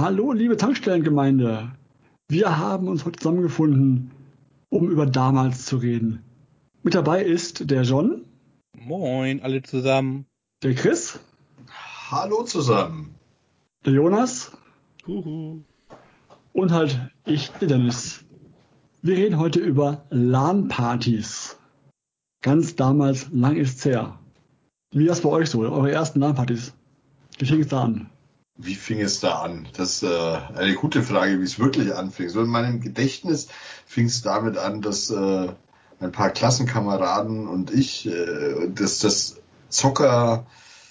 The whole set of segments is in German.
Hallo, liebe Tankstellengemeinde. Wir haben uns heute zusammengefunden, um über damals zu reden. Mit dabei ist der John. Moin, alle zusammen. Der Chris. Hallo zusammen. Der Jonas. Huhu. Und halt ich, der Dennis. Wir reden heute über LAN-Partys. Ganz damals, lang ist's her. Wie war es bei euch so? Eure ersten LAN-Partys? Wie fing es da an? Wie fing es da an? Das ist eine gute Frage, wie es wirklich anfing. So in meinem Gedächtnis fing es damit an, dass ein paar Klassenkameraden und ich das Zocker,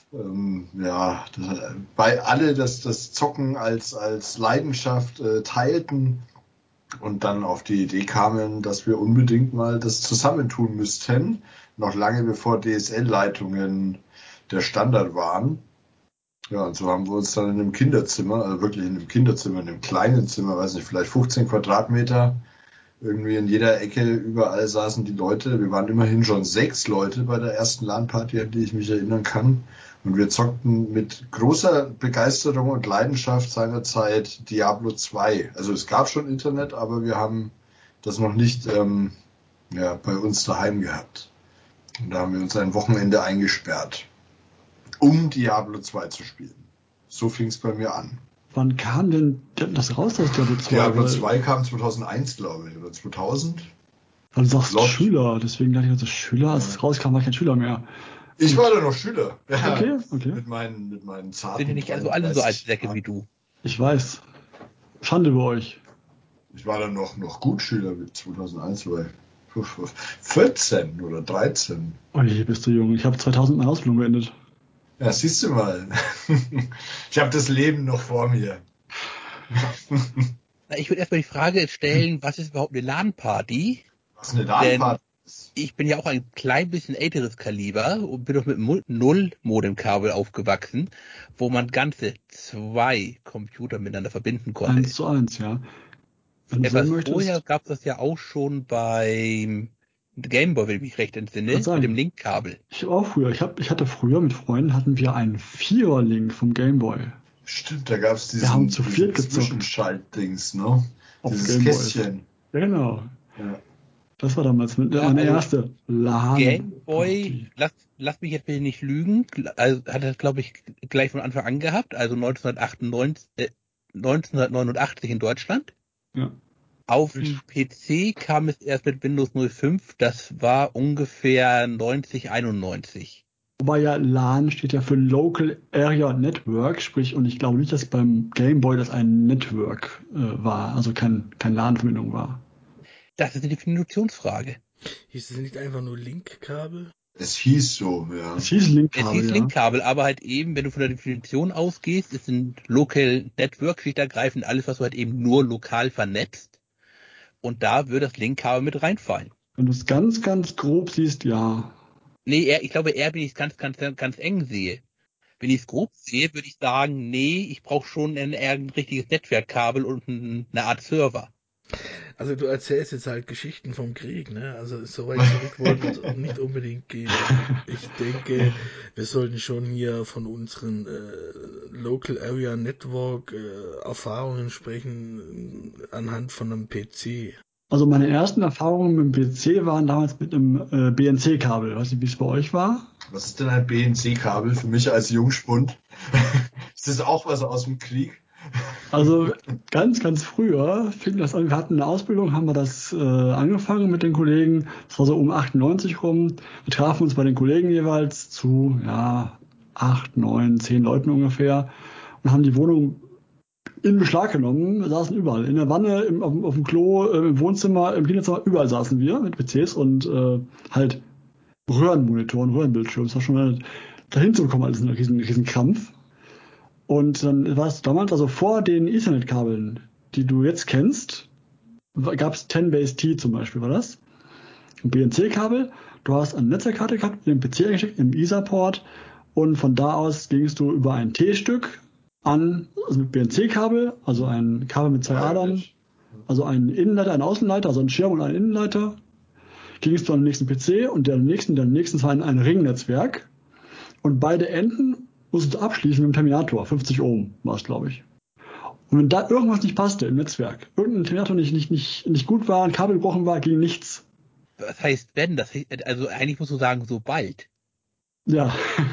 bei alle das Zocken als Leidenschaft teilten und dann auf die Idee kamen, dass wir unbedingt mal das zusammentun müssten, noch lange bevor DSL-Leitungen der Standard waren. Ja, und so haben wir uns dann in einem Kinderzimmer, also wirklich in einem Kinderzimmer, in einem kleinen Zimmer, weiß nicht, vielleicht 15 Quadratmeter, irgendwie in jeder Ecke, überall saßen die Leute. Wir waren immerhin schon 6 Leute bei der ersten LAN-Party, an die ich mich erinnern kann. Und wir zockten mit großer Begeisterung und Leidenschaft seinerzeit Diablo 2. Also es gab schon Internet, aber wir haben das noch nicht bei uns daheim gehabt. Und da haben wir uns ein Wochenende eingesperrt, um Diablo 2 zu spielen. So fing es bei mir an. Wann kam denn das raus, das Diablo 2? Diablo 2 kam 2001, glaube ich, oder 2000. Weil du sagst Laut- Schüler, deswegen dachte ich, also Schüler, als es rauskam, war ich kein Schüler mehr. Ich war da noch Schüler. Ja, Okay. Mit meinen zarten Sind ja nicht also alle so 33 als Säcke Jahren. wie du. Ich weiß. Schande über euch. Ich war dann noch gut Schüler mit 2001, weil 14 oder 13. Oh je, bist du jung. Ich habe 2000 meine Ausbildung beendet. Ja, siehst du mal. Ich habe das Leben noch vor mir. Na, ich würde erstmal die Frage stellen, was ist überhaupt eine LAN-Party? Was eine LAN-Party ist. Ich bin ja auch ein klein bisschen älteres Kaliber und bin doch mit einem Null-Modem-Kabel aufgewachsen, wo man ganze 2 Computer miteinander verbinden konnte. 1:1, ja. Wenn du so Etwas möchtest. vorher gab es das ja auch schon beim Gameboy, wenn ich mich recht entsinne, Kann sein. mit dem Link-Kabel. Ich auch früher. Ich hatte früher mit Freunden, hatten wir einen 4er-Link vom Gameboy. Stimmt, da gab es Wir haben zu viert gezockt. Zwischenschaltdings, ne? Auf Dieses Gameboys. Kästchen. Ja, genau. Ja. Das war damals meine also erste LAN-Party. Gameboy, lass mich jetzt bitte nicht lügen, also hat das, glaube ich, gleich von Anfang an gehabt, also 1989 in Deutschland. Ja. Auf dem PC kam es erst mit Windows 05, das war ungefähr 9091. Wobei ja LAN steht ja für Local Area Network, sprich, und ich glaube nicht, dass beim Gameboy das ein Network war, also kein LAN-Verbindung war. Das ist eine Definitionsfrage. Hieß es nicht einfach nur Linkkabel? Es hieß so, ja. Es hieß Es Linkkabel, hieß ja. Linkkabel, aber halt eben, wenn du von der Definition ausgehst, ist ein Local Network schlicht ergreifend alles, was du halt eben nur lokal vernetzt. Und da würde das Linkkabel mit reinfallen. Wenn du es ganz, ganz grob siehst, ja. Nee, ich glaube eher, wenn ich es ganz eng sehe. Wenn ich es grob sehe, würde ich sagen, nee, ich brauche schon eher ein richtiges Netzwerkkabel und eine Art Server. Also du erzählst jetzt halt Geschichten vom Krieg, ne? Also so weit zurück wollen wir uns nicht unbedingt gehen. Ich denke, wir sollten schon hier von unseren Local Area Network Erfahrungen sprechen anhand von einem PC. Also meine ersten Erfahrungen mit dem PC waren damals mit einem BNC-Kabel. Weißt du, wie es bei euch war? Was ist denn ein BNC-Kabel für mich als Jungspund? Ist das auch was aus dem Krieg? Also ganz, ganz früher fing das an. Wir hatten eine Ausbildung, haben wir das angefangen mit den Kollegen. Das war so um 98 rum. Wir trafen uns bei den Kollegen jeweils zu 8, 9, 10 Leuten ungefähr und haben die Wohnung in Beschlag genommen. Wir saßen überall. In der Wanne, auf dem Klo, im Wohnzimmer, im Kinderzimmer. Überall saßen wir mit PCs und halt Röhrenmonitoren, Röhrenbildschirmen. Das war schon dahin zu bekommen, alles ein riesen Krampf. Und dann war es damals, also vor den Ethernet-Kabeln, die du jetzt kennst, gab es 10BASE-T zum Beispiel, war das? Ein BNC-Kabel. Du hast eine Netzwerkkarte gehabt, in den PC eingesteckt, im Etherport. Und von da aus gingst du über ein T-Stück also mit BNC-Kabel, also ein Kabel mit 2 Adern, also einen Innenleiter, einen Außenleiter, also einen Schirm und einen Innenleiter. Gingst du an den nächsten PC und der nächsten war ein Ringnetzwerk. Und beide Enden musstest du abschließen mit dem Terminator. 50 Ohm war es, glaube ich. Und wenn da irgendwas nicht passte im Netzwerk, irgendein Terminator nicht gut war, ein Kabel gebrochen war, ging nichts. Was heißt wenn? Also eigentlich musst du sagen, sobald. Ja.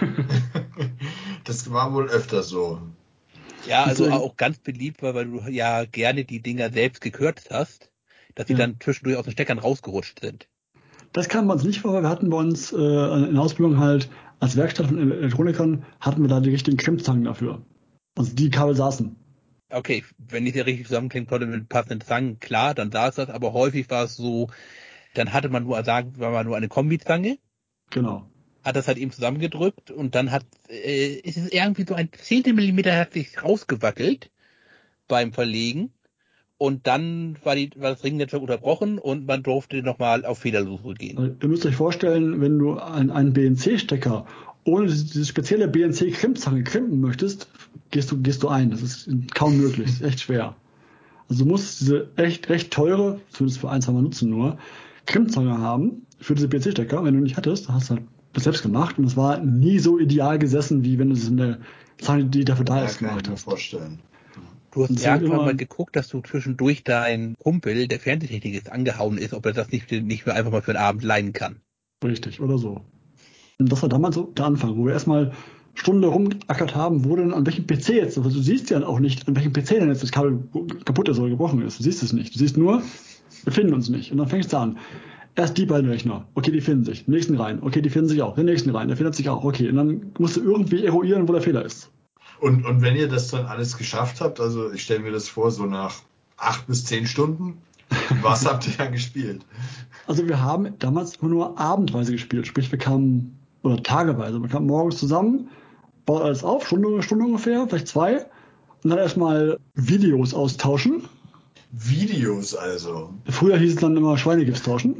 Das war wohl öfter so. Ja, also Deswegen- auch ganz beliebt war, weil du ja gerne die Dinger selbst gekürzt hast, dass sie Ja. dann zwischendurch aus den Steckern rausgerutscht sind. Das kam bei uns nicht vor, weil wir hatten bei uns in der Ausbildung halt als Werkstatt von Elektronikern hatten wir da die richtigen Klemmzangen dafür. Also die Kabel saßen. Okay, wenn ich dir richtig zusammenklicken konnte mit passenden Zangen, klar, dann saß das, aber häufig war es so, dann hatte man nur, sagen wir mal, nur eine Kombizange, Genau. hat das halt eben zusammengedrückt und dann ist es irgendwie so ein Zentimeter hat sich rausgewackelt beim Verlegen und dann war das Ringnetzwerk unterbrochen und man durfte nochmal auf Fehlersuche gehen. Weil ihr müsst euch vorstellen, wenn du einen BNC-Stecker ohne diese spezielle BNC-Krimpzange krimpen möchtest, gehst du ein. Das ist kaum möglich. Das ist echt schwer. Also du musst diese recht teure, zumindest für 1-2 Mal nutzen nur, Krimpzange haben für diese BNC-Stecker. Wenn du nicht hattest, dann hast du halt das selbst gemacht und es war nie so ideal gesessen, wie wenn du es in der Zange, die dafür da ist, Kann ich gemacht mir hast. vorstellen. Du hast Und so irgendwann immer- mal geguckt, dass du zwischendurch dein Kumpel, der Fernsehtechnik ist, angehauen ist, ob er das nicht mehr einfach mal für einen Abend leihen kann. Richtig, oder so. Und das war damals so der Anfang, wo wir erstmal Stunde rumackert haben, wo denn an welchem PC jetzt, also du siehst ja auch nicht, an welchem PC denn jetzt das Kabel kaputt ist oder gebrochen ist. Du siehst es nicht. Du siehst nur, wir finden uns nicht. Und dann fängst du an. Erst die beiden Rechner. Okay, die finden sich. Den nächsten rein. Okay, die finden sich auch. Den nächsten rein. Der findet sich auch. Okay. Und dann musst du irgendwie eruieren, wo der Fehler ist. Und wenn ihr das dann alles geschafft habt, also ich stelle mir das vor, so nach 8 bis 10 Stunden, was habt ihr dann gespielt? Also wir haben damals immer nur abendweise gespielt. Sprich, wir kamen, oder tageweise. Wir kamen morgens zusammen, baut alles auf, Stunde ungefähr, vielleicht 2. Und dann erstmal Videos austauschen. Videos also. Früher hieß es dann immer Schweinegift tauschen.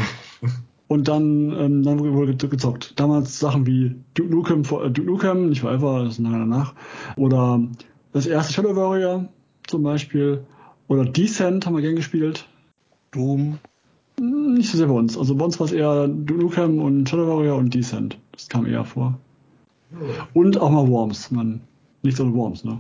Und dann wurde gezockt. Damals Sachen wie Duke Nukem, nicht Forever, das ist nachher danach. Oder das erste Shadow Warrior zum Beispiel. Oder Descent haben wir gern gespielt. Doom. Nicht so sehr bei uns. Also bei uns war es eher Duke Nukem und Shadow Warrior und Descent. Das kam eher vor. Und auch mal Worms. Nichts ohne Worms, ne?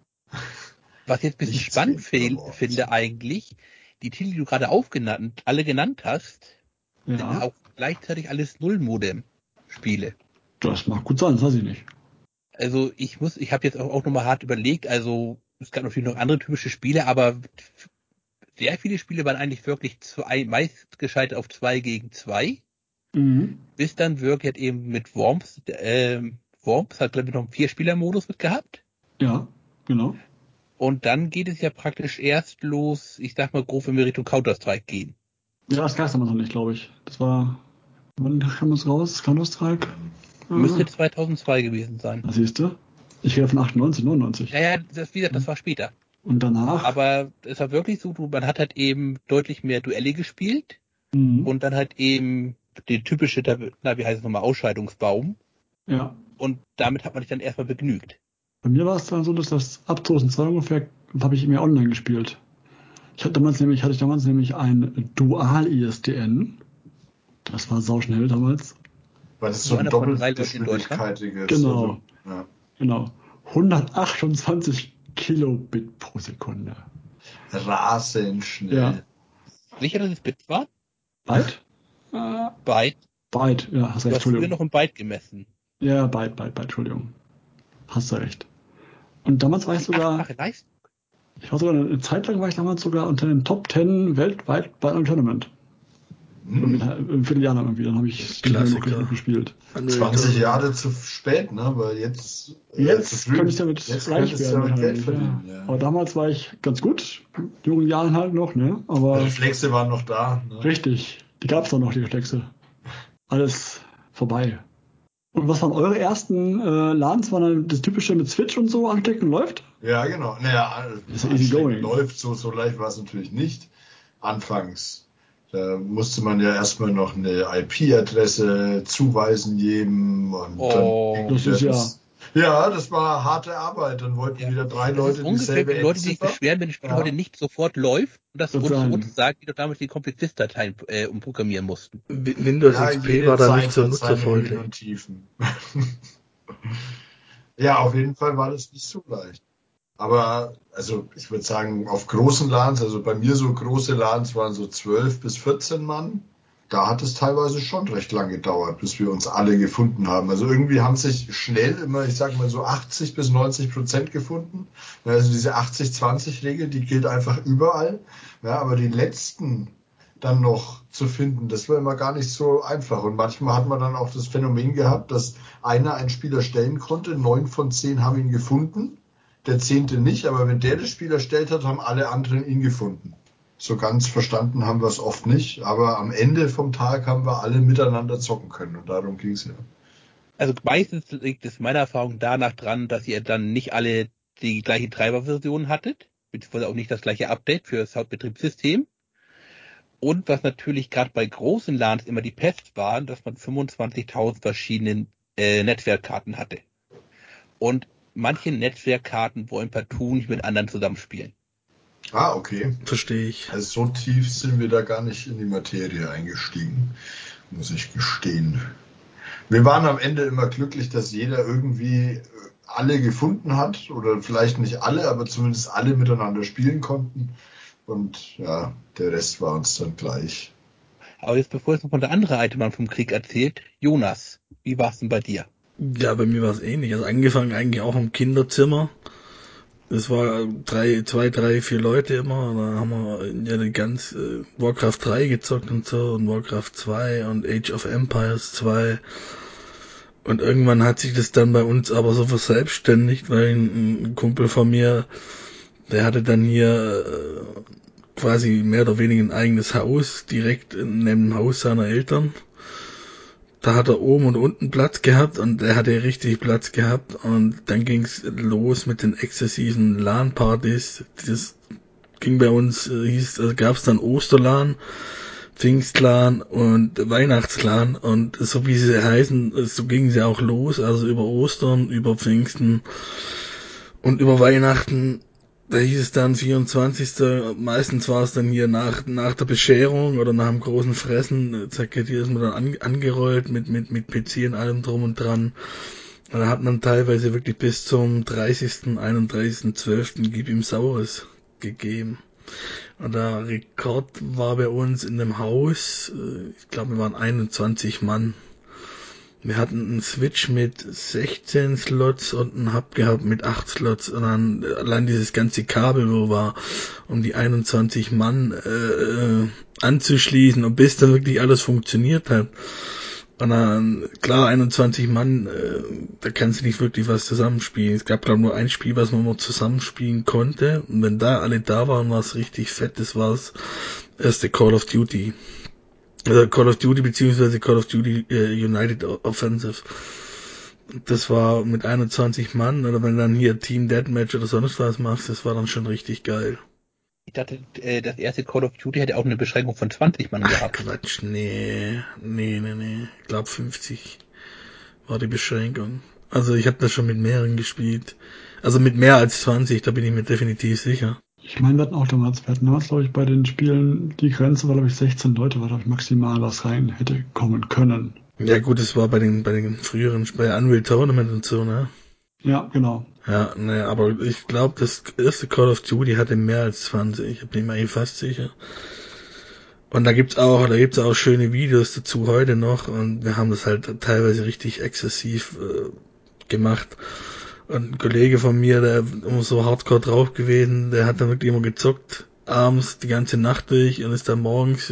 Was ich jetzt ein bisschen Nichts spannend gegen Worms. finde eigentlich, die Titel, die du gerade alle genannt hast, sind Ja. auch gleichzeitig alles Null-Modem-Spiele. Das mag gut sein, das weiß ich nicht. Also ich habe jetzt auch nochmal hart überlegt, also es gab natürlich noch andere typische Spiele, aber sehr viele Spiele waren eigentlich wirklich meist gescheitert auf 2 gegen 2, bis dann wirklich halt eben mit Worms, Worms hat glaube ich noch einen 4-Spieler-Modus mit gehabt. Ja, genau. Und dann geht es ja praktisch erst los, ich sag mal grob, wenn wir Richtung Counter-Strike gehen. Ja, das gab's damals noch nicht, glaube ich. Das war, wann kam das raus? Counter-Strike? Müsste 2002 gewesen sein. Das siehst du? Ich rede von 98, 99. Ja, wie gesagt, das war später. Und danach? Aber es war wirklich so, man hat halt eben deutlich mehr Duelle gespielt und dann halt eben die typische, wie heißt es nochmal, Ausscheidungsbaum. Ja. Und damit hat man sich dann erstmal begnügt. Bei mir war es dann so, dass das ab 2002 ungefähr, habe ich mehr online gespielt. Hatte ich damals nämlich ein Dual-ISDN. Das war sauschnell damals. War das so ein doppelgeschwindigkeitiges? Genau. Ja. Genau. 128 Kilobit pro Sekunde. Rasend schnell. Ja. Sicher, dass es Bits war? Byte? Byte. Byte, ja, hast Du recht, hast früher Entschuldigung. noch ein Byte gemessen. Ja, Byte, Entschuldigung. Hast du recht. Und damals war ich sogar, Leistung. eine Zeit lang war ich damals sogar unter den Top 10 weltweit bei einem Tournament. Im Vierteljahr lang irgendwie, dann habe ich Klassiker. gespielt. 20 Jahre zu spät, ne? Weil jetzt könnte ich damit jetzt reich könntest du werden. damit Geld verdienen. Ja. Aber damals war ich ganz gut, in jungen Jahren halt noch, ne? Aber Reflexe waren noch da. Ne? richtig, die gab es doch noch, die Reflexe. Alles vorbei. Und was waren eure ersten LANs? War dann das typische mit Switch und so anklicken läuft? Ja, genau. Naja, ist ja easy going. Läuft so leicht war es natürlich nicht. Anfangs. Da musste man ja erstmal noch eine IP-Adresse zuweisen jedem. Und dann das war harte Arbeit. Dann wollten wieder 3 Leute dieselbe die Leute, die sich beschweren, wenn das Spiel heute nicht sofort läuft und das uns sagt, die doch damals die Komplizist-Dateien umprogrammieren mussten. Windows XP war da nicht so nutzerfreundlich. Ja, auf jeden Fall war das nicht so leicht. Aber, also ich würde sagen, auf großen LANs, also bei mir so große LANs waren so 12 bis 14 Mann. Da hat es teilweise schon recht lange gedauert, bis wir uns alle gefunden haben. Also irgendwie haben sich schnell immer, ich sag mal so 80 bis 90% gefunden. Ja, also diese 80-20-Regel, die gilt einfach überall. Ja, aber die letzten dann noch zu finden, das war immer gar nicht so einfach. Und manchmal hat man dann auch das Phänomen gehabt, dass einer einen Spieler stellen konnte, 9 von 10 haben ihn gefunden, der 10. nicht, aber wenn der den Spieler erstellt hat, haben alle anderen ihn gefunden. So ganz verstanden haben wir es oft nicht, aber am Ende vom Tag haben wir alle miteinander zocken können und darum ging es ja. Also meistens liegt es meiner Erfahrung danach dran, dass ihr dann nicht alle die gleiche Treiberversion hattet, beziehungsweise auch nicht das gleiche Update für das Hauptbetriebssystem. Und was natürlich gerade bei großen LANs immer die Pest waren, dass man 25.000 verschiedene Netzwerkkarten hatte. Und manche Netzwerkkarten wollen partout nicht mit anderen zusammenspielen. Ah, okay. Verstehe ich. Also so tief sind wir da gar nicht in die Materie eingestiegen, muss ich gestehen. Wir waren am Ende immer glücklich, dass jeder irgendwie alle gefunden hat oder vielleicht nicht alle, aber zumindest alle miteinander spielen konnten. Und ja, der Rest war uns dann gleich. Aber jetzt, bevor jetzt noch von der andere Eitemann vom Krieg erzählt, Jonas, wie war es denn bei dir? Ja, bei mir war es ähnlich. Also angefangen eigentlich auch im Kinderzimmer. Es war 2, 3, 4 Leute immer. Da haben wir ja die ganz Warcraft 3 gezockt und so und Warcraft 2 und Age of Empires 2. Und irgendwann hat sich das dann bei uns aber so verselbstständigt, weil ein Kumpel von mir, der hatte dann hier quasi mehr oder weniger ein eigenes Haus, direkt neben dem Haus seiner Eltern. Da hat er oben und unten Platz gehabt und er hatte richtig Platz gehabt und dann ging's los mit den exzessiven LAN-Partys. Das ging bei uns, gab's dann Osterlan, Pfingstlan und Weihnachtslan und so wie sie heißen, so gingen sie auch los, also über Ostern, über Pfingsten und über Weihnachten. Da hieß es dann 24. Meistens war es dann hier nach der Bescherung oder nach dem großen Fressen. Hier ist man dann angerollt mit PC und allem drum und dran. Und da hat man teilweise wirklich bis zum 30., 31.12. Gib ihm Saures gegeben. Und der Rekord war bei uns in dem Haus, ich glaube, wir waren 21 Mann. Wir hatten einen Switch mit 16 Slots und einen Hub gehabt mit 8 Slots und dann allein dieses ganze Kabel, wo war, um die 21 Mann anzuschließen und bis dann wirklich alles funktioniert hat. Und dann, klar, 21 Mann, da kannst du nicht wirklich was zusammenspielen. Es gab, glaube ich, nur ein Spiel, was man mal zusammenspielen konnte. Und wenn da alle da waren, war es richtig fett. Das war das erste Call of Duty. Call of Duty beziehungsweise Call of Duty United Offensive. Das war mit 21 Mann, oder wenn du dann hier Team Deathmatch oder sonst was machst, das war dann schon richtig geil. Ich dachte, das erste Call of Duty hätte auch eine Beschränkung von 20 Mann gehabt. Quatsch, nee. Ich glaube 50 war die Beschränkung. Also ich habe das schon mit mehreren gespielt. Also mit mehr als 20, da bin ich mir definitiv sicher. Ich meine, wir hatten glaube ich, bei den Spielen, die Grenze war, glaube ich, 16 Leute, war, glaube ich, maximal, was rein hätte kommen können. Ja gut, es war bei den früheren, bei Unreal Tournament und so, ne? Ja, genau. Ja, ne, aber ich glaube, das erste Call of Duty hatte mehr als 20. Ich bin mir eigentlich fast sicher. Und da gibt's auch schöne Videos dazu heute noch und wir haben das halt teilweise richtig exzessiv gemacht. Und ein Kollege von mir, der immer so hardcore drauf gewesen, der hat dann wirklich immer gezockt, abends die ganze Nacht durch und ist dann morgens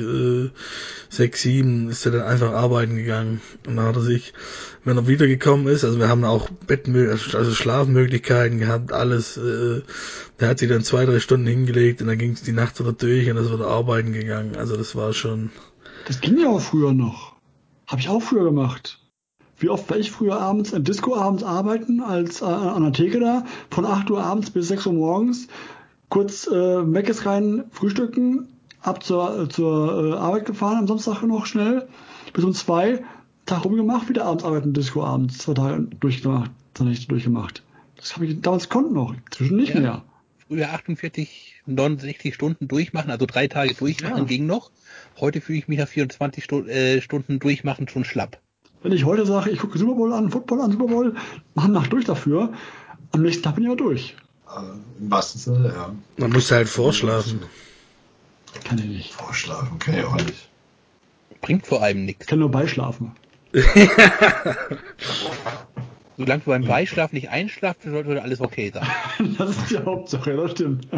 6, 7 ist er dann einfach arbeiten gegangen. Und dann hat er sich, wenn er wiedergekommen ist, also wir haben auch also Schlafmöglichkeiten gehabt, alles, der hat sich dann 2, 3 Stunden hingelegt und dann ging es die Nacht wieder durch und ist wieder arbeiten gegangen. Also das war schon... Das ging ja auch früher noch. Habe ich auch früher gemacht. Wie oft war ich früher abends in Disco abends arbeiten, als an der Theke da, von 8 Uhr abends bis 6 Uhr morgens, kurz Meckes rein, frühstücken, ab zur Arbeit gefahren, am Samstag noch schnell, bis um 2, Tag rumgemacht, wieder abends arbeiten, Disco abends, 2 Tage durchgemacht, dann nicht durchgemacht. Das habe ich damals konnte noch, inzwischen nicht mehr. Früher 48, 69 Stunden durchmachen, also 3 Tage durchmachen ging noch. Heute fühle ich mich nach 24 Stunden durchmachen schon schlapp. Wenn ich heute sage, ich gucke Super Bowl an, Football an, Super Bowl, mache Nacht durch dafür, am nächsten Tag bin ich aber durch. Im wahrsten Sinne, ja. Man muss halt vorschlafen. Kann ich nicht. Vorschlafen kann ich auch nicht. Bringt vor allem nichts. Kann nur beischlafen. Solange du beim Beischlaf nicht einschlafst, sollte alles okay sein. Das ist die Hauptsache, das stimmt.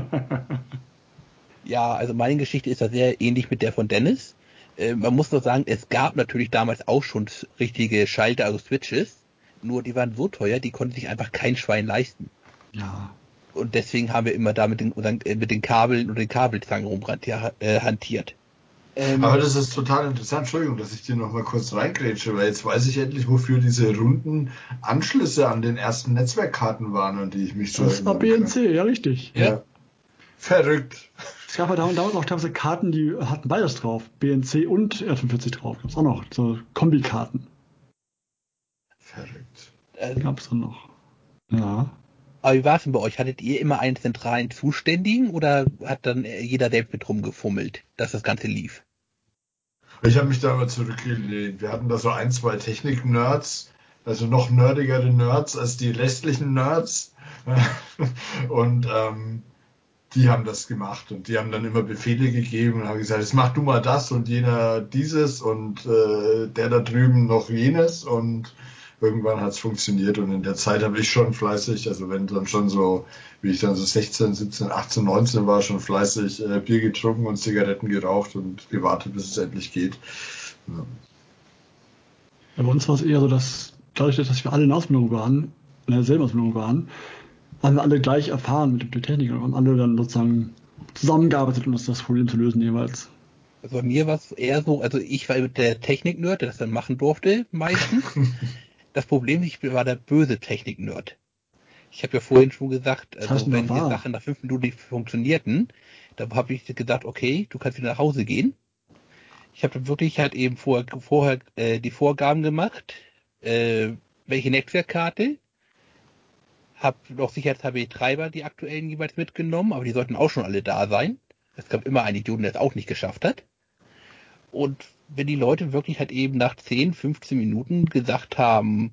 Ja, also meine Geschichte ist da sehr ähnlich mit der von Dennis. Man muss nur sagen, es gab natürlich damals auch schon richtige Schalter, also Switches. Nur die waren so teuer, die konnte sich einfach kein Schwein leisten. Ja. Und deswegen haben wir immer da mit den Kabeln und den Kabelzangen hantiert. Aber das ist total interessant. Entschuldigung, dass ich dir noch mal kurz reingrätsche, weil jetzt weiß ich endlich, wofür diese runden Anschlüsse an den ersten Netzwerkkarten waren, an die ich mich so Das war erinnern BNC, kann. ja richtig. Ja. Verrückt. Es gab ja damals auch teilweise Karten, die hatten beides drauf. BNC und R45 drauf. Gab's auch noch. So Kombikarten. Verrückt. Gab's dann noch. Ja. Aber wie war es denn bei euch? Hattet ihr immer einen zentralen Zuständigen oder hat dann jeder selbst mit rumgefummelt, dass das Ganze lief? Ich habe mich da aber zurückgelehnt. Wir hatten da so 1, 2 Technik-Nerds, also noch nerdigere Nerds als die restlichen Nerds. Und die haben das gemacht und die haben dann immer Befehle gegeben und haben gesagt, jetzt mach du mal das und jener dieses und der da drüben noch jenes und irgendwann hat es funktioniert und in der Zeit habe ich schon fleißig, also wenn dann schon so, wie ich dann so 16, 17, 18, 19 war, schon fleißig Bier getrunken und Zigaretten geraucht und gewartet, bis es endlich geht. Ja. Ja, bei uns war es eher so, dass dadurch, dass wir alle in Ausbildung waren, in derselben Ausbildung waren, haben wir alle gleich erfahren mit der Technik und haben alle dann sozusagen zusammengearbeitet, um das Problem zu lösen jeweils. Also bei mir war es eher so, also ich war der Technik-Nerd, der das dann machen durfte, meistens. Das Problem, ich war der böse Technik-Nerd. Ich habe ja vorhin schon gesagt, also wenn die Sachen nach 5 Minuten nicht funktionierten, da habe ich gesagt, okay, du kannst wieder nach Hause gehen. Ich habe dann wirklich halt eben vorher die Vorgaben gemacht, welche Netzwerkkarte, habe noch sicherheitshalber die Treiber, die aktuellen jeweils mitgenommen, aber die sollten auch schon alle da sein. Es gab immer einen Idioten, der es auch nicht geschafft hat. Und wenn die Leute wirklich halt eben nach 10, 15 Minuten gesagt haben,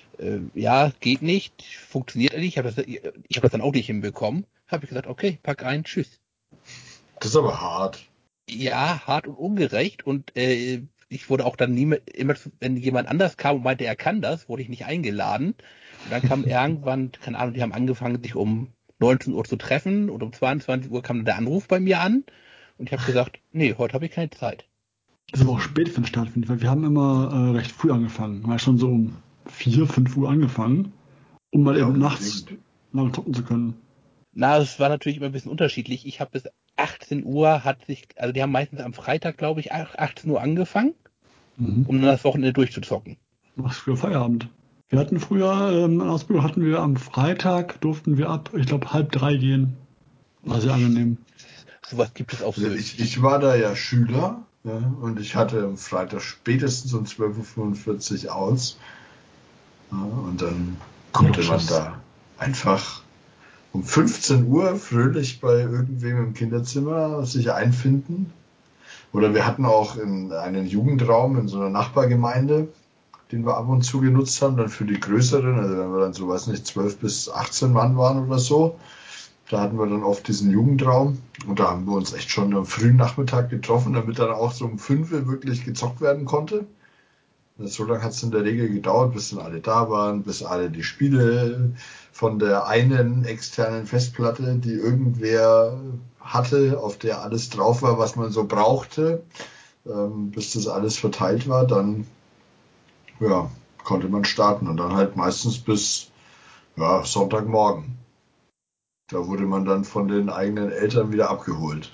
ja, geht nicht, funktioniert nicht, ich hab das dann auch nicht hinbekommen, habe ich gesagt, okay, pack ein, tschüss. Das ist aber hart. Ja, hart und ungerecht und ich wurde auch dann immer, wenn jemand anders kam und meinte, er kann das, wurde ich nicht eingeladen. Und dann kam irgendwann, keine Ahnung, die haben angefangen, sich um 19 Uhr zu treffen und um 22 Uhr kam der Anruf bei mir an und ich habe gesagt, nee, heute habe ich keine Zeit. Das ist aber auch spät für den Start, finde ich, weil wir haben immer recht früh angefangen. Wir haben schon so um 4, 5 Uhr angefangen, um mal eben nachts lang zocken zu können. Na, es war natürlich immer ein bisschen unterschiedlich. Ich habe bis 18 Uhr also die haben meistens am Freitag, glaube ich, 18 Uhr angefangen, um dann das Wochenende durchzuzocken. Machst früher Feierabend. Wir hatten früher, in Ausbildung hatten wir am Freitag, durften wir ab, ich glaube, 2:30 gehen. War sehr angenehm. Sowas gibt es auch so. Ich war da ja Schüler, ja, und ich hatte am Freitag spätestens um 12:45 Uhr aus. Ja, und dann konnte man da einfach um 15 Uhr fröhlich bei irgendwem im Kinderzimmer sich einfinden. Oder wir hatten auch einen Jugendraum in so einer Nachbargemeinde, den wir ab und zu genutzt haben, dann für die größeren, also wenn wir dann so, weiß nicht, 12 bis 18 Mann waren oder so. Da hatten wir dann oft diesen Jugendraum und da haben wir uns echt schon am frühen Nachmittag getroffen, damit dann auch so um 5 Uhr wirklich gezockt werden konnte. So lange hat es in der Regel gedauert, bis dann alle da waren, bis alle die Spiele von der einen externen Festplatte, die irgendwer hatte, auf der alles drauf war, was man so brauchte, bis das alles verteilt war, dann ja, konnte man starten und dann halt meistens bis Sonntagmorgen. Da wurde man dann von den eigenen Eltern wieder abgeholt.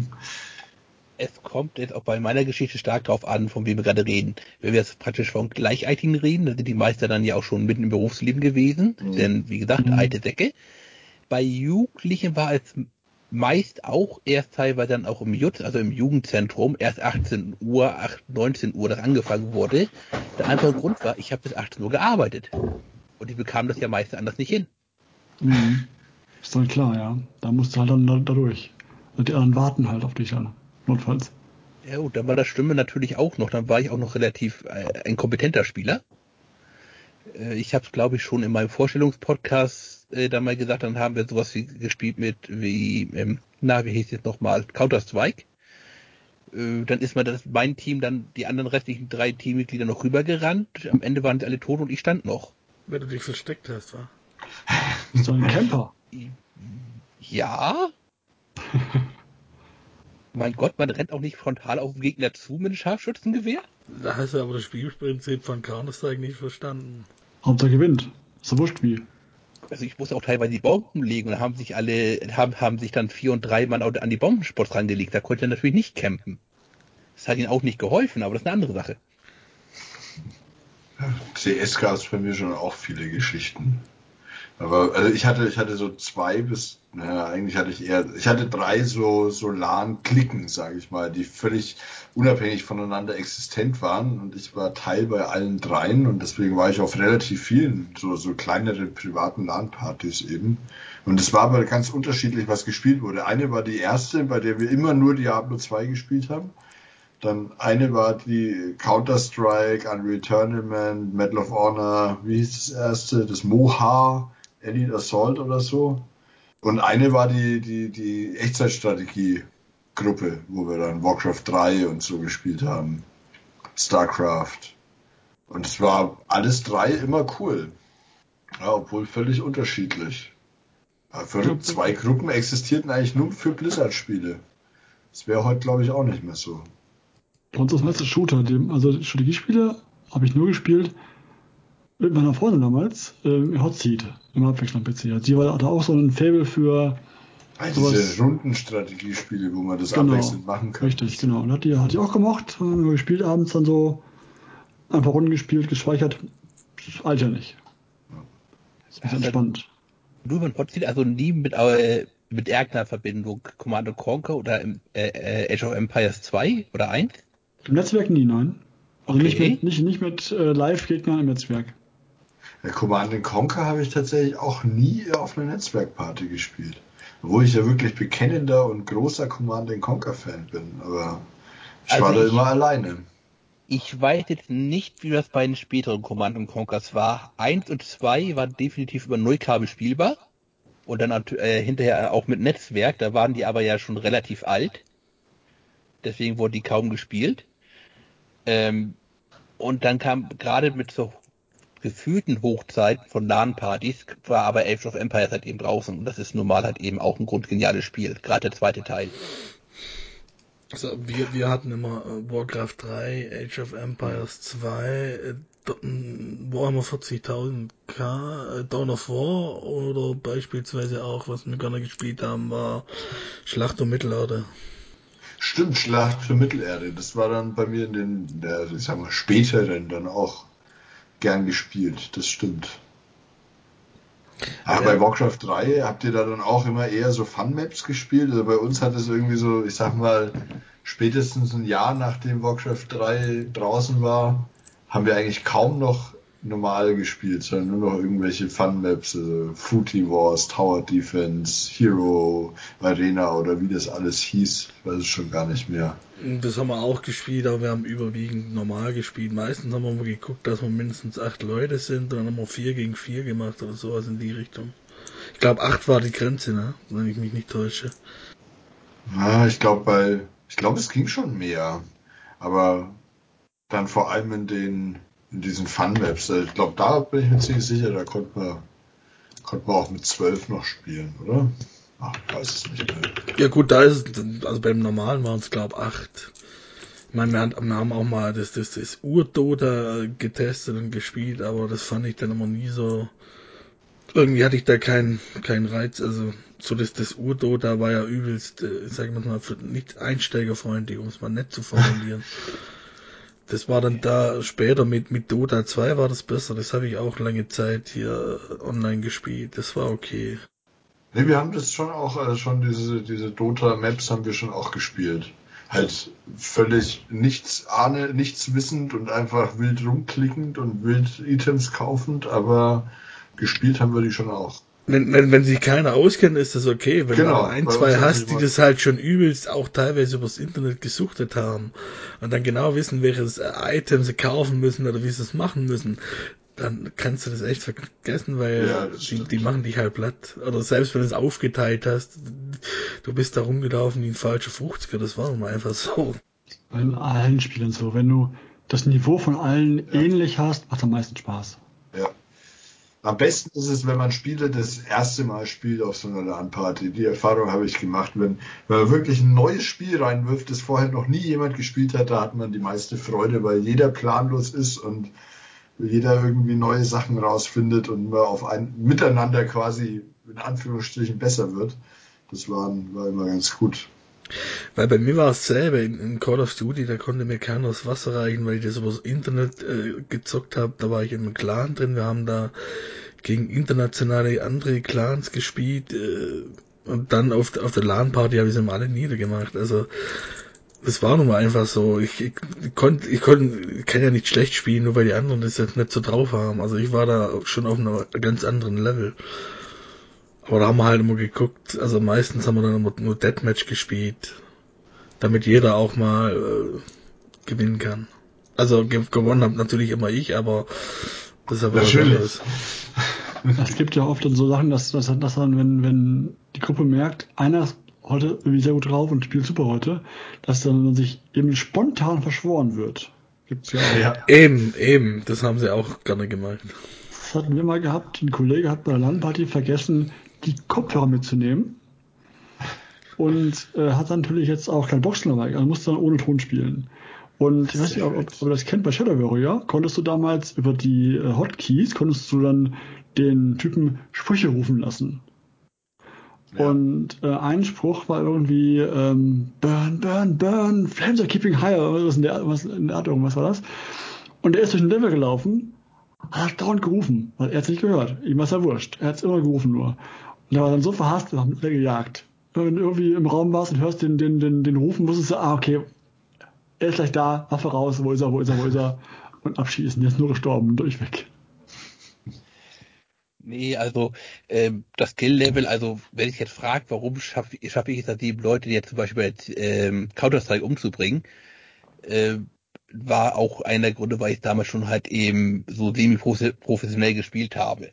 Es kommt jetzt auch bei meiner Geschichte stark drauf an, von wem wir gerade reden. Wenn wir jetzt praktisch von Gleichaltrigen reden, dann sind die Meister dann ja auch schon mitten im Berufsleben gewesen. Denn, wie gesagt, alte Säcke. Bei Jugendlichen war es meist auch erst teilweise dann auch im JUZ, also im Jugendzentrum, erst 18 Uhr, 19 Uhr, das angefangen wurde. Der einfache Grund war, ich habe bis 18 Uhr gearbeitet. Und ich bekam das ja meist anders nicht hin. Ist dann klar, ja. Da musst du halt dann da durch. Und die anderen warten halt auf dich dann, notfalls. Ja gut, dann war das Stimme natürlich auch noch. Dann war ich auch noch relativ ein kompetenter Spieler. Ich habe es, glaube ich, schon in meinem Vorstellungspodcast da mal gesagt, dann haben wir sowas wie gespielt wie hieß es nochmal, Counter-Strike. Dann ist mein Team dann die anderen restlichen 3 Teammitglieder noch rübergerannt. Am Ende waren sie alle tot und ich stand noch. Wenn du dich versteckt hast, wa? Bist du ein Camper? Ja. Mein Gott, man rennt auch nicht frontal auf den Gegner zu mit einem Scharfschützengewehr. Da hast du aber das Spielprinzip von Counter-Strike nicht verstanden. Hauptsache gewinnt. Ist so wurscht wie. Also ich musste auch teilweise die Bomben legen und haben sich dann 4 und 3 Mann an die Bombenspots rangelegt. Da konnte er natürlich nicht campen. Das hat ihnen auch nicht geholfen, aber das ist eine andere Sache. CS gab es bei mir schon auch viele Geschichten. Aber also ich hatte so 2 bis, eigentlich hatte ich 3 so LAN-Klicken, sage ich mal, die völlig unabhängig voneinander existent waren und ich war Teil bei allen 3 und deswegen war ich auf relativ vielen so kleineren privaten LAN-Partys eben. Und es war aber ganz unterschiedlich, was gespielt wurde. Eine war die erste, bei der wir immer nur Diablo 2 gespielt haben. Dann eine war die Counter-Strike, Unreal Tournament, Medal of Honor, wie hieß das erste? Das Moha, Elite Assault oder so. Und eine war die Echtzeitstrategie-Gruppe, wo wir dann Warcraft 3 und so gespielt haben. Starcraft. Und es war alles 3 immer cool. Ja, obwohl völlig unterschiedlich. Ja, 2 Gruppen existierten eigentlich nur für Blizzard-Spiele. Das wäre heute, glaube ich, auch nicht mehr so. Und das meiste Shooter, also Strategiespiele habe ich nur gespielt mit meiner Freundin damals, Hot Seat, im Abwechslung-PC. Also sie hatte auch so ein Faible für diese Rundenstrategiespiele, wo man das abwechselnd machen kann. Richtig, genau. Und hat die auch gemocht, haben wir gespielt abends dann so, ein paar Runden gespielt, gespeichert. Das Alter nicht. Das ist ein bisschen entspannt. Nur mit Hot Seat, also nie mit irgendeiner Verbindung, Command & Conquer oder im Age of Empires 2 oder 1? Im Netzwerk nie, nein. Also Okay. nicht mit Live-Gegnern im Netzwerk. Command & Conquer habe ich tatsächlich auch nie auf einer Netzwerkparty gespielt. Obwohl ich ja wirklich bekennender und großer Command & Conquer-Fan bin. Aber ich war da immer alleine. Ich weiß jetzt nicht, wie das bei den späteren Command & Conquers war. 1 und 2 waren definitiv über Nullkabel spielbar. Und dann hinterher auch mit Netzwerk. Da waren die aber ja schon relativ alt. Deswegen wurden die kaum gespielt. Und dann kam gerade mit so gefühlten Hochzeiten von LAN-Partys, war aber Age of Empires halt eben draußen. Und das ist normal halt eben auch ein grundgeniales Spiel. Gerade der zweite Teil. Also wir hatten immer Warcraft 3, Age of Empires 2, Warhammer 40.000K, Dawn of War oder beispielsweise auch, was wir gerne gespielt haben, war Schlacht um Mittelerde. Stimmt, Schlacht für Mittelerde. Das war dann bei mir in der ich sag mal, späteren dann auch gern gespielt. Das stimmt. Aber bei Warcraft 3 habt ihr da dann auch immer eher so Fun-Maps gespielt? Also bei uns hat es irgendwie so, ich sag mal, spätestens ein Jahr nachdem Warcraft 3 draußen war, haben wir eigentlich kaum noch normal gespielt, sondern nur noch irgendwelche Fun-Maps, also Fruity Wars, Tower Defense, Hero, Arena oder wie das alles hieß, ich weiß es schon gar nicht mehr. Das haben wir auch gespielt, aber wir haben überwiegend normal gespielt. Meistens haben wir mal geguckt, dass wir mindestens 8 Leute sind, dann haben wir 4 gegen 4 gemacht oder sowas in die Richtung. Ich glaube 8 war die Grenze, ne? Wenn ich mich nicht täusche. Ja, ich glaube, es ging schon mehr. Aber dann vor allem in diesen Fun-Maps. Ich glaube, da bin ich mir ziemlich sicher, da konnte man auch mit 12 noch spielen, oder? Ach, ich weiß es nicht mehr. Ja gut, da ist es, also beim normalen waren es glaube 8. Ich meine, wir haben auch mal das Ur-Dota getestet und gespielt, aber das fand ich dann immer nie so. Irgendwie hatte ich da keinen Reiz. Also so das Ur-Dota war ja übelst, sag ich mal, für nicht einsteigerfreundlich, um es mal nett zu formulieren. Das war dann da später mit Dota 2 war das besser. Das habe ich auch lange Zeit hier online gespielt. Das war okay. Ne, wir haben das schon auch, schon diese Dota-Maps haben wir schon auch gespielt. Halt völlig nichts wissend und einfach wild rumklickend und wild Items kaufend, aber gespielt haben wir die schon auch. Wenn sich keiner auskennt, ist das okay. Wenn du aber ein, zwei hast, die das halt schon übelst auch teilweise übers Internet gesuchtet haben und dann genau wissen, welches Item sie kaufen müssen oder wie sie es machen müssen, dann kannst du das echt vergessen, weil Ja, das die stimmt. machen dich halt platt. Oder selbst wenn du es aufgeteilt hast, du bist da rumgelaufen wie ein falscher 50er, das war nun mal einfach so. In allen Spielen so. Wenn du das Niveau von allen Ja. ähnlich hast, macht am meisten Spaß. Ja. Am besten ist es, wenn man Spiele das erste Mal spielt auf so einer LAN-Party. Die Erfahrung habe ich gemacht. Wenn man wirklich ein neues Spiel reinwirft, das vorher noch nie jemand gespielt hat, da hat man die meiste Freude, weil jeder planlos ist und jeder irgendwie neue Sachen rausfindet und man auf ein Miteinander quasi in Anführungsstrichen besser wird. Das war immer ganz gut. Weil bei mir war es selber in Call of Duty, da konnte mir keiner das Wasser reichen, weil ich das übers Internet gezockt habe. Da war ich in einem Clan drin, wir haben da gegen internationale andere Clans gespielt und dann auf der LAN-Party habe ich sie alle niedergemacht. Also das war nun mal einfach so. Ich kann ja nicht schlecht spielen, nur weil die anderen das jetzt nicht so drauf haben. Also ich war da schon auf einem ganz anderen Level. Aber da haben wir halt immer geguckt, also meistens haben wir dann immer nur Deathmatch gespielt, damit jeder auch mal gewinnen kann. Also gewonnen hat natürlich immer ich, aber das ist aber was anderes. Es gibt ja oft dann so Sachen, dass dann, wenn die Gruppe merkt, einer ist heute irgendwie sehr gut drauf und spielt super heute, dass dann sich eben spontan verschworen wird. Gibt's ja auch. Ja. Eben, das haben sie auch gerne gemacht. Das hatten wir mal gehabt. Ein Kollege hat bei der LAN-Party vergessen, die Kopfhörer mitzunehmen. Und hat dann natürlich jetzt auch kein Boxen dabei, also musste dann ohne Ton spielen. Und ich weiß nicht, ob ihr das kennt, bei Shadow Warrior konntest du damals über die Hotkeys, konntest du dann den Typen Sprüche rufen lassen. Ja. Und ein Spruch war irgendwie Burn, burn, burn, flames are keeping higher, was in der Art, irgendwas war das. Und er ist durch den Level gelaufen, hat dauernd gerufen, weil er hat es nicht gehört. Ihm war es ja wurscht. Er hat es immer gerufen nur. Und er war dann so verhasst, wir haben alle gejagt. Wenn du irgendwie im Raum warst und hörst den Rufen, wusstest du, okay, er ist gleich da, Waffe raus, wo ist er? Und abschießen, der ist nur gestorben, durchweg. Nee, also das Skill-Level, also wenn ich jetzt frage, warum schaffe ich es, da 7 Leute jetzt zum Beispiel jetzt, Counter-Strike umzubringen, war auch einer der Gründe, weil ich damals schon halt eben so semi-professionell gespielt habe.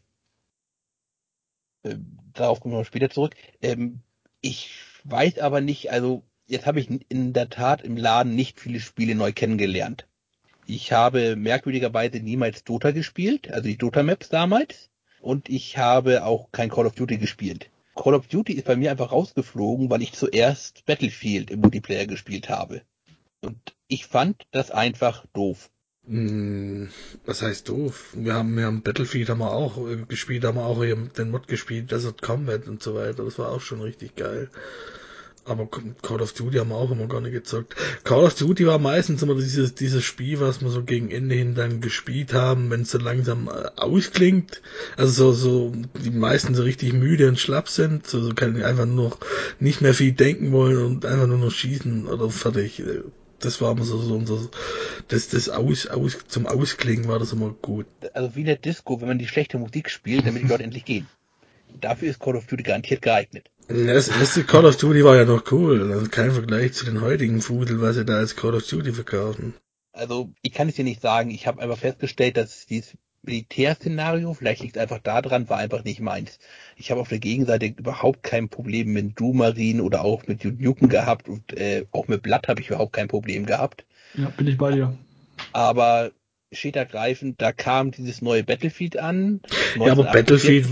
Darauf kommen wir noch später zurück. Ich weiß aber nicht, also jetzt habe ich in der Tat im Laden nicht viele Spiele neu kennengelernt. Ich habe merkwürdigerweise niemals Dota gespielt, also die Dota-Maps damals. Und ich habe auch kein Call of Duty gespielt. Call of Duty ist bei mir einfach rausgeflogen, weil ich zuerst Battlefield im Multiplayer gespielt habe. Und ich fand das einfach doof. Was heißt doof? Wir haben Battlefield haben wir auch gespielt, haben wir auch hier den Mod gespielt, Desert Combat und so weiter. Das war auch schon richtig geil. Aber Call of Duty haben wir auch immer gar nicht gezockt. Call of Duty war meistens immer dieses Spiel, was wir so gegen Ende hin dann gespielt haben, wenn es so langsam ausklingt. Also so die meisten so richtig müde und schlapp sind, so kann ich einfach nur noch nicht mehr viel denken wollen und einfach nur noch schießen oder fertig. Das war immer so das zum Ausklingen war das immer gut. Also wie in der Disco, wenn man die schlechte Musik spielt, damit die Leute endlich gehen. Dafür ist Call of Duty garantiert geeignet. Das erste Call of Duty war ja noch cool. Also kein Vergleich zu den heutigen Fudel, was sie da als Call of Duty verkaufen. Also ich kann es dir nicht sagen. Ich habe einfach festgestellt, dass dieses Militärszenario, vielleicht liegt es einfach daran, war einfach nicht meins. Ich habe auf der Gegenseite überhaupt kein Problem mit Dumarin oder auch mit Nukem gehabt und auch mit Blood habe ich überhaupt kein Problem gehabt. Ja, bin ich bei dir. Aber steht ergreifend, da kam dieses neue Battlefield an. Ja, aber Battlefield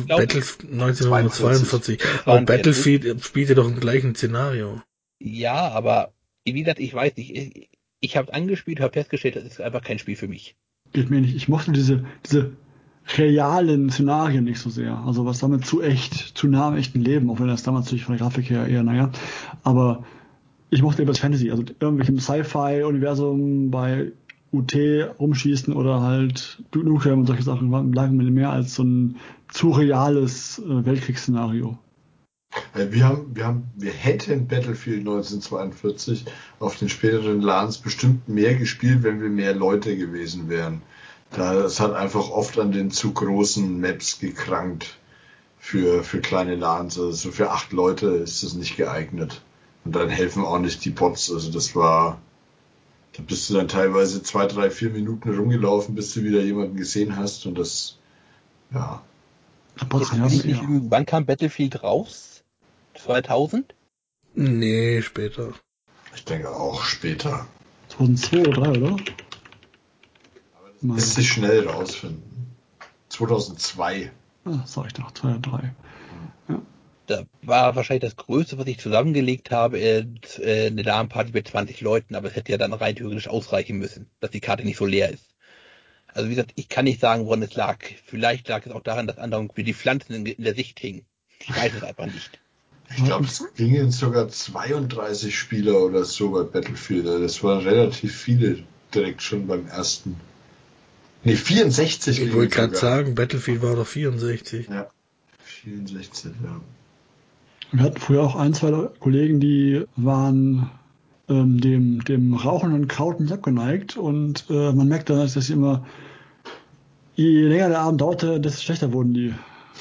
1942. 1942. Aber Battlefield spielte doch im gleichen Szenario. Ja, aber wie gesagt, ich weiß nicht. Ich habe es angespielt, habe festgestellt, das ist einfach kein Spiel für mich. Geht mir nicht. Ich mochte diese realen Szenarien nicht so sehr. Also was damit zu echt, zu nah am echten Leben, auch wenn das damals natürlich von der Grafik her eher, naja. Aber ich mochte eben das Fantasy, also irgendwelchen Sci-Fi-Universum bei UT rumschießen oder halt Nukem und solche Sachen lagen mir mehr als so ein zu reales Weltkriegsszenario. Wir hätten Battlefield 1942 auf den späteren LANs bestimmt mehr gespielt, wenn wir mehr Leute gewesen wären. Es hat einfach oft an den zu großen Maps gekrankt für kleine LANs. Also für 8 Leute ist das nicht geeignet. Und dann helfen auch nicht die Bots. Also das war Da bist du dann teilweise 2, 3, 4 Minuten rumgelaufen, bis du wieder jemanden gesehen hast und das, ja. Jetzt will ich nicht lügen. Wann kam Battlefield raus? 2000? Nee, später. Ich denke auch später. 2002 oder 2003, oder? Lässt sich schnell rausfinden. 2002. Sag ich doch, 2 oder 3. Ja. Da war wahrscheinlich das Größte, was ich zusammengelegt habe, eine LAN-Party mit 20 Leuten, aber es hätte ja dann rein theoretisch ausreichen müssen, dass die Karte nicht so leer ist. Also wie gesagt, ich kann nicht sagen, woran es lag. Vielleicht lag es auch daran, dass andere wie die Pflanzen in der Sicht hingen. Ich weiß es einfach nicht. Ich glaube, es gingen sogar 32 Spieler oder so bei Battlefield. Das waren relativ viele direkt schon beim ersten. Nee, 64. Ich wollte gerade sagen, Battlefield war doch 64. Ja, 64, ja. Wir hatten früher auch 1, 2 Kollegen, die waren dem Rauchen und Kraut nicht abgeneigt und man merkt dann, dass sie immer, je länger der Abend dauerte, desto schlechter wurden die.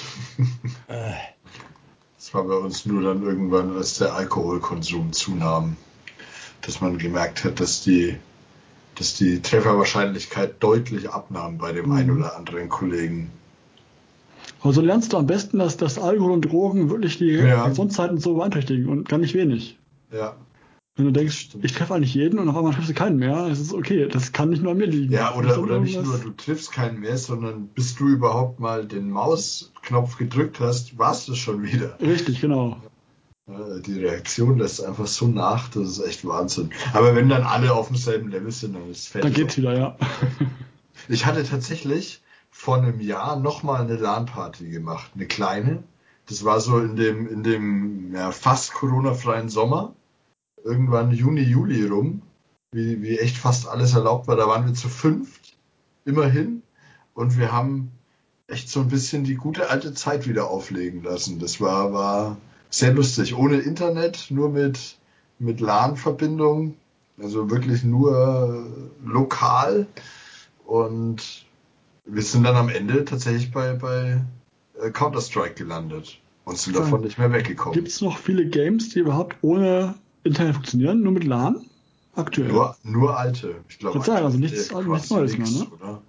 Das war bei uns nur dann irgendwann, als der Alkoholkonsum zunahm, dass man gemerkt hat, dass die Trefferwahrscheinlichkeit deutlich abnahm bei dem einen oder anderen Kollegen. Also lernst du am besten, dass Alkohol und Drogen wirklich die Reaktionszeiten so beeinträchtigen und gar nicht wenig. Ja. Wenn du denkst, ich treffe eigentlich jeden und auf einmal triffst du keinen mehr, es ist okay, das kann nicht nur an mir liegen. Ja, oder nicht nur, du triffst keinen mehr, sondern bis du überhaupt mal den Mausknopf gedrückt hast, warst du schon wieder. Richtig, genau. Die Reaktion lässt einfach so nach, das ist echt Wahnsinn. Aber wenn dann alle auf demselben Level sind, dann ist es fertig. Dann geht's wieder, ja. Ich hatte tatsächlich vor einem Jahr nochmal eine LAN-Party gemacht, eine kleine. Das war so in dem fast Corona-freien Sommer. Irgendwann Juni, Juli rum, wie echt fast alles erlaubt war. Da waren wir zu 5, immerhin. Und wir haben echt so ein bisschen die gute alte Zeit wieder auflegen lassen. Das war sehr lustig. Ohne Internet, nur mit LAN-Verbindung. Also wirklich nur lokal. Und wir sind dann am Ende tatsächlich bei Counter-Strike gelandet. Und sind davon nicht mehr weggekommen. Gibt es noch viele Games, die überhaupt ohne Internet funktionieren, nur mit LAN? Aktuell. Nur alte. Ich glaube, also nichts Neues mehr, ne? Oder?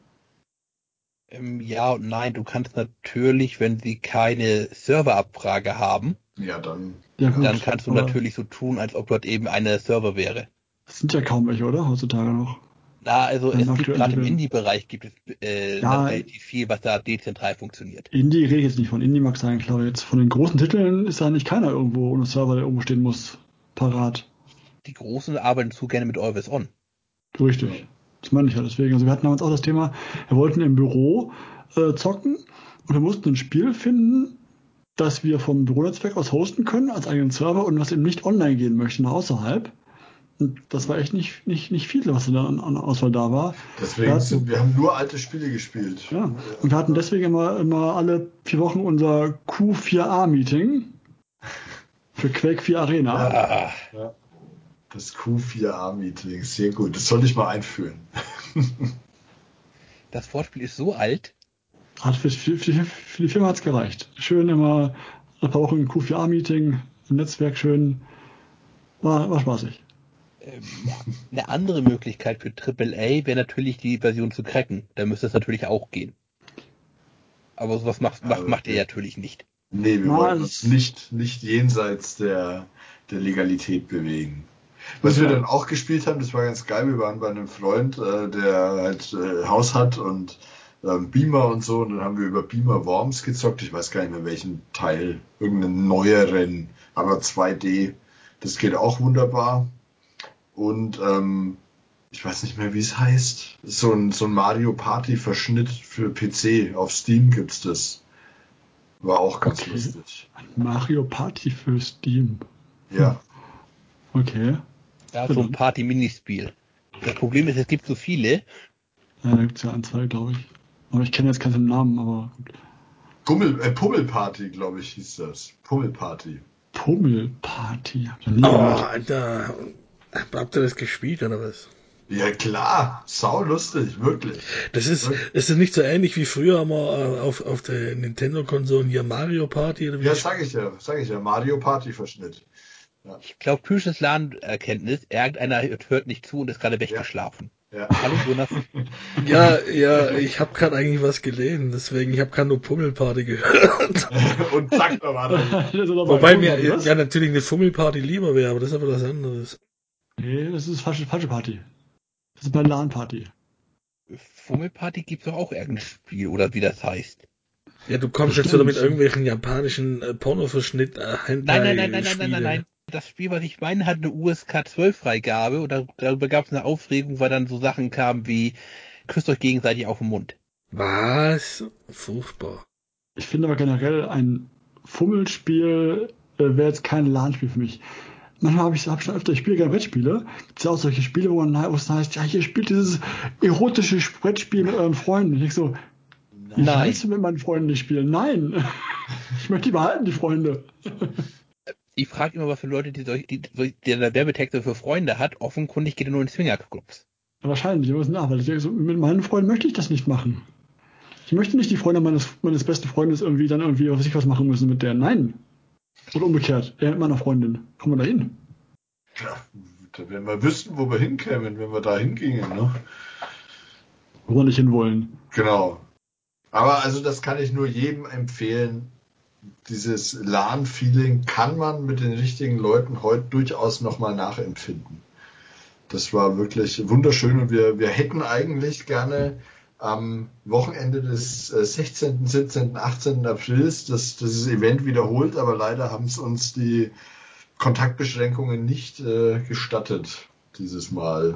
Ja und nein, du kannst natürlich, wenn sie keine Serverabfrage haben, dann kannst du natürlich so tun, als ob dort eben eine Server wäre. Das sind ja kaum welche, oder? Heutzutage noch. Na, also es gibt gerade im Indie-Bereich gibt es relativ viel, was da dezentral funktioniert. Indie rede ich jetzt nicht von. Indie mag sein, klar. Jetzt von den großen Titeln ist da nicht keiner irgendwo ohne Server, der irgendwo stehen muss, parat. Die Großen arbeiten zu gerne mit Always On. Richtig. Das meine ich ja deswegen. Also wir hatten damals auch das Thema, wir wollten im Büro zocken und wir mussten ein Spiel finden, das wir vom Büronetzwerk aus hosten können als eigenen Server und was eben nicht online gehen möchte, nach außerhalb. Und das war echt nicht viel, was dann an Auswahl da war. Deswegen wir haben nur alte Spiele gespielt. Ja. Und wir hatten deswegen immer alle 4 Wochen unser Q4A-Meeting für Quake 4 Arena. Ja. Das Q4A-Meeting, sehr gut. Das sollte ich mal einführen. Das Wortspiel ist so alt. Für die Firma hat es gereicht. Schön immer ein paar Wochen ein Q4A-Meeting im Netzwerk, schön. War spaßig. Eine andere Möglichkeit für AAA wäre natürlich die Version zu cracken. Da müsste es natürlich auch gehen. Aber sowas macht ihr natürlich nicht. Nee, wir wollen uns nicht jenseits der Legalität bewegen. Was wir dann auch gespielt haben, das war ganz geil, wir waren bei einem Freund, der halt Haus hat und Beamer und so, und dann haben wir über Beamer Worms gezockt, ich weiß gar nicht mehr welchen Teil, irgendeinen neueren, aber 2D, das geht auch wunderbar. Und ich weiß nicht mehr, wie es heißt, so ein Mario Party Verschnitt für PC, auf Steam gibt's das. War auch ganz lustig. Mario Party für Steam. Ja. Okay. Ja, so ein Party-Minispiel. Das Problem ist, es gibt so viele. Ja, da gibt es ja 1, 2, glaube ich. Aber ich kenne jetzt keinen Namen, aber gut. Pummelparty, glaube ich, hieß das. Pummelparty. Pummelparty. Alter. Habt ihr das gespielt, oder was? Ja, klar. Sau lustig, wirklich. Das ist nicht so ähnlich wie früher haben wir auf der Nintendo-Konsolen hier Mario Party oder wie? Ja, sag ich ja. Mario Party Verschnitt. Ja. Ich glaube, typisches LAN-Erkenntnis, irgendeiner hört nicht zu und ist gerade weggeschlafen. Ja. Hallo Jonas. Ja, ich habe gerade eigentlich was gelesen, deswegen, ich habe gerade nur Pummelparty gehört. Und zack, da war er. Das ist aber Wobei cool, mir was? ja natürlich eine Fummelparty lieber wäre, aber das ist aber was anderes. Nee, das ist falsche Party. Das ist bei LAN-Party. Fummelparty gibt's doch auch irgendein Spiel, oder wie das heißt. Ja, du kommst jetzt wieder mit irgendwelchen japanischen Pornoverschnitt, Nein. Das Spiel, was ich meine, hat eine USK 12 Freigabe und darüber gab es eine Aufregung, weil dann so Sachen kamen wie küsst euch gegenseitig auf den Mund. Was? Furchtbar. Ich finde aber generell, ein Fummelspiel wäre jetzt kein LAN-Spiel für mich. Manchmal habe ich schon öfter, ich spiele gerne Brettspiele. Gibt es ja auch solche Spiele, wo es heißt, ja, hier spielt dieses erotische Brettspiel mit euren Freunden. Und ich so, ich weiß mit meinen Freunden nicht spielen. Nein. Ich möchte die behalten, die Freunde. Ich frage immer, was für Leute, die eine Werbetexte für Freunde hat. Offenkundig geht er nur in Swingerclubs. Wahrscheinlich, aber weil ich denke, so, mit meinen Freunden möchte ich das nicht machen. Ich möchte nicht die Freunde meines besten Freundes irgendwie dann irgendwie auf sich was machen müssen mit der. Nein. Oder umgekehrt. Er mit meiner Freundin. Kommen wir da hin? Ja, wenn wir wüssten, wo wir hinkämen, wenn wir da hingingen, ne? Wo wir nicht hinwollen. Genau. Aber also das kann ich nur jedem empfehlen. Dieses LAN-Feeling kann man mit den richtigen Leuten heute durchaus nochmal nachempfinden. Das war wirklich wunderschön und wir hätten eigentlich gerne am Wochenende des 16., 17., 18. Aprils das Event wiederholt, aber leider haben es uns die Kontaktbeschränkungen nicht gestattet dieses Mal.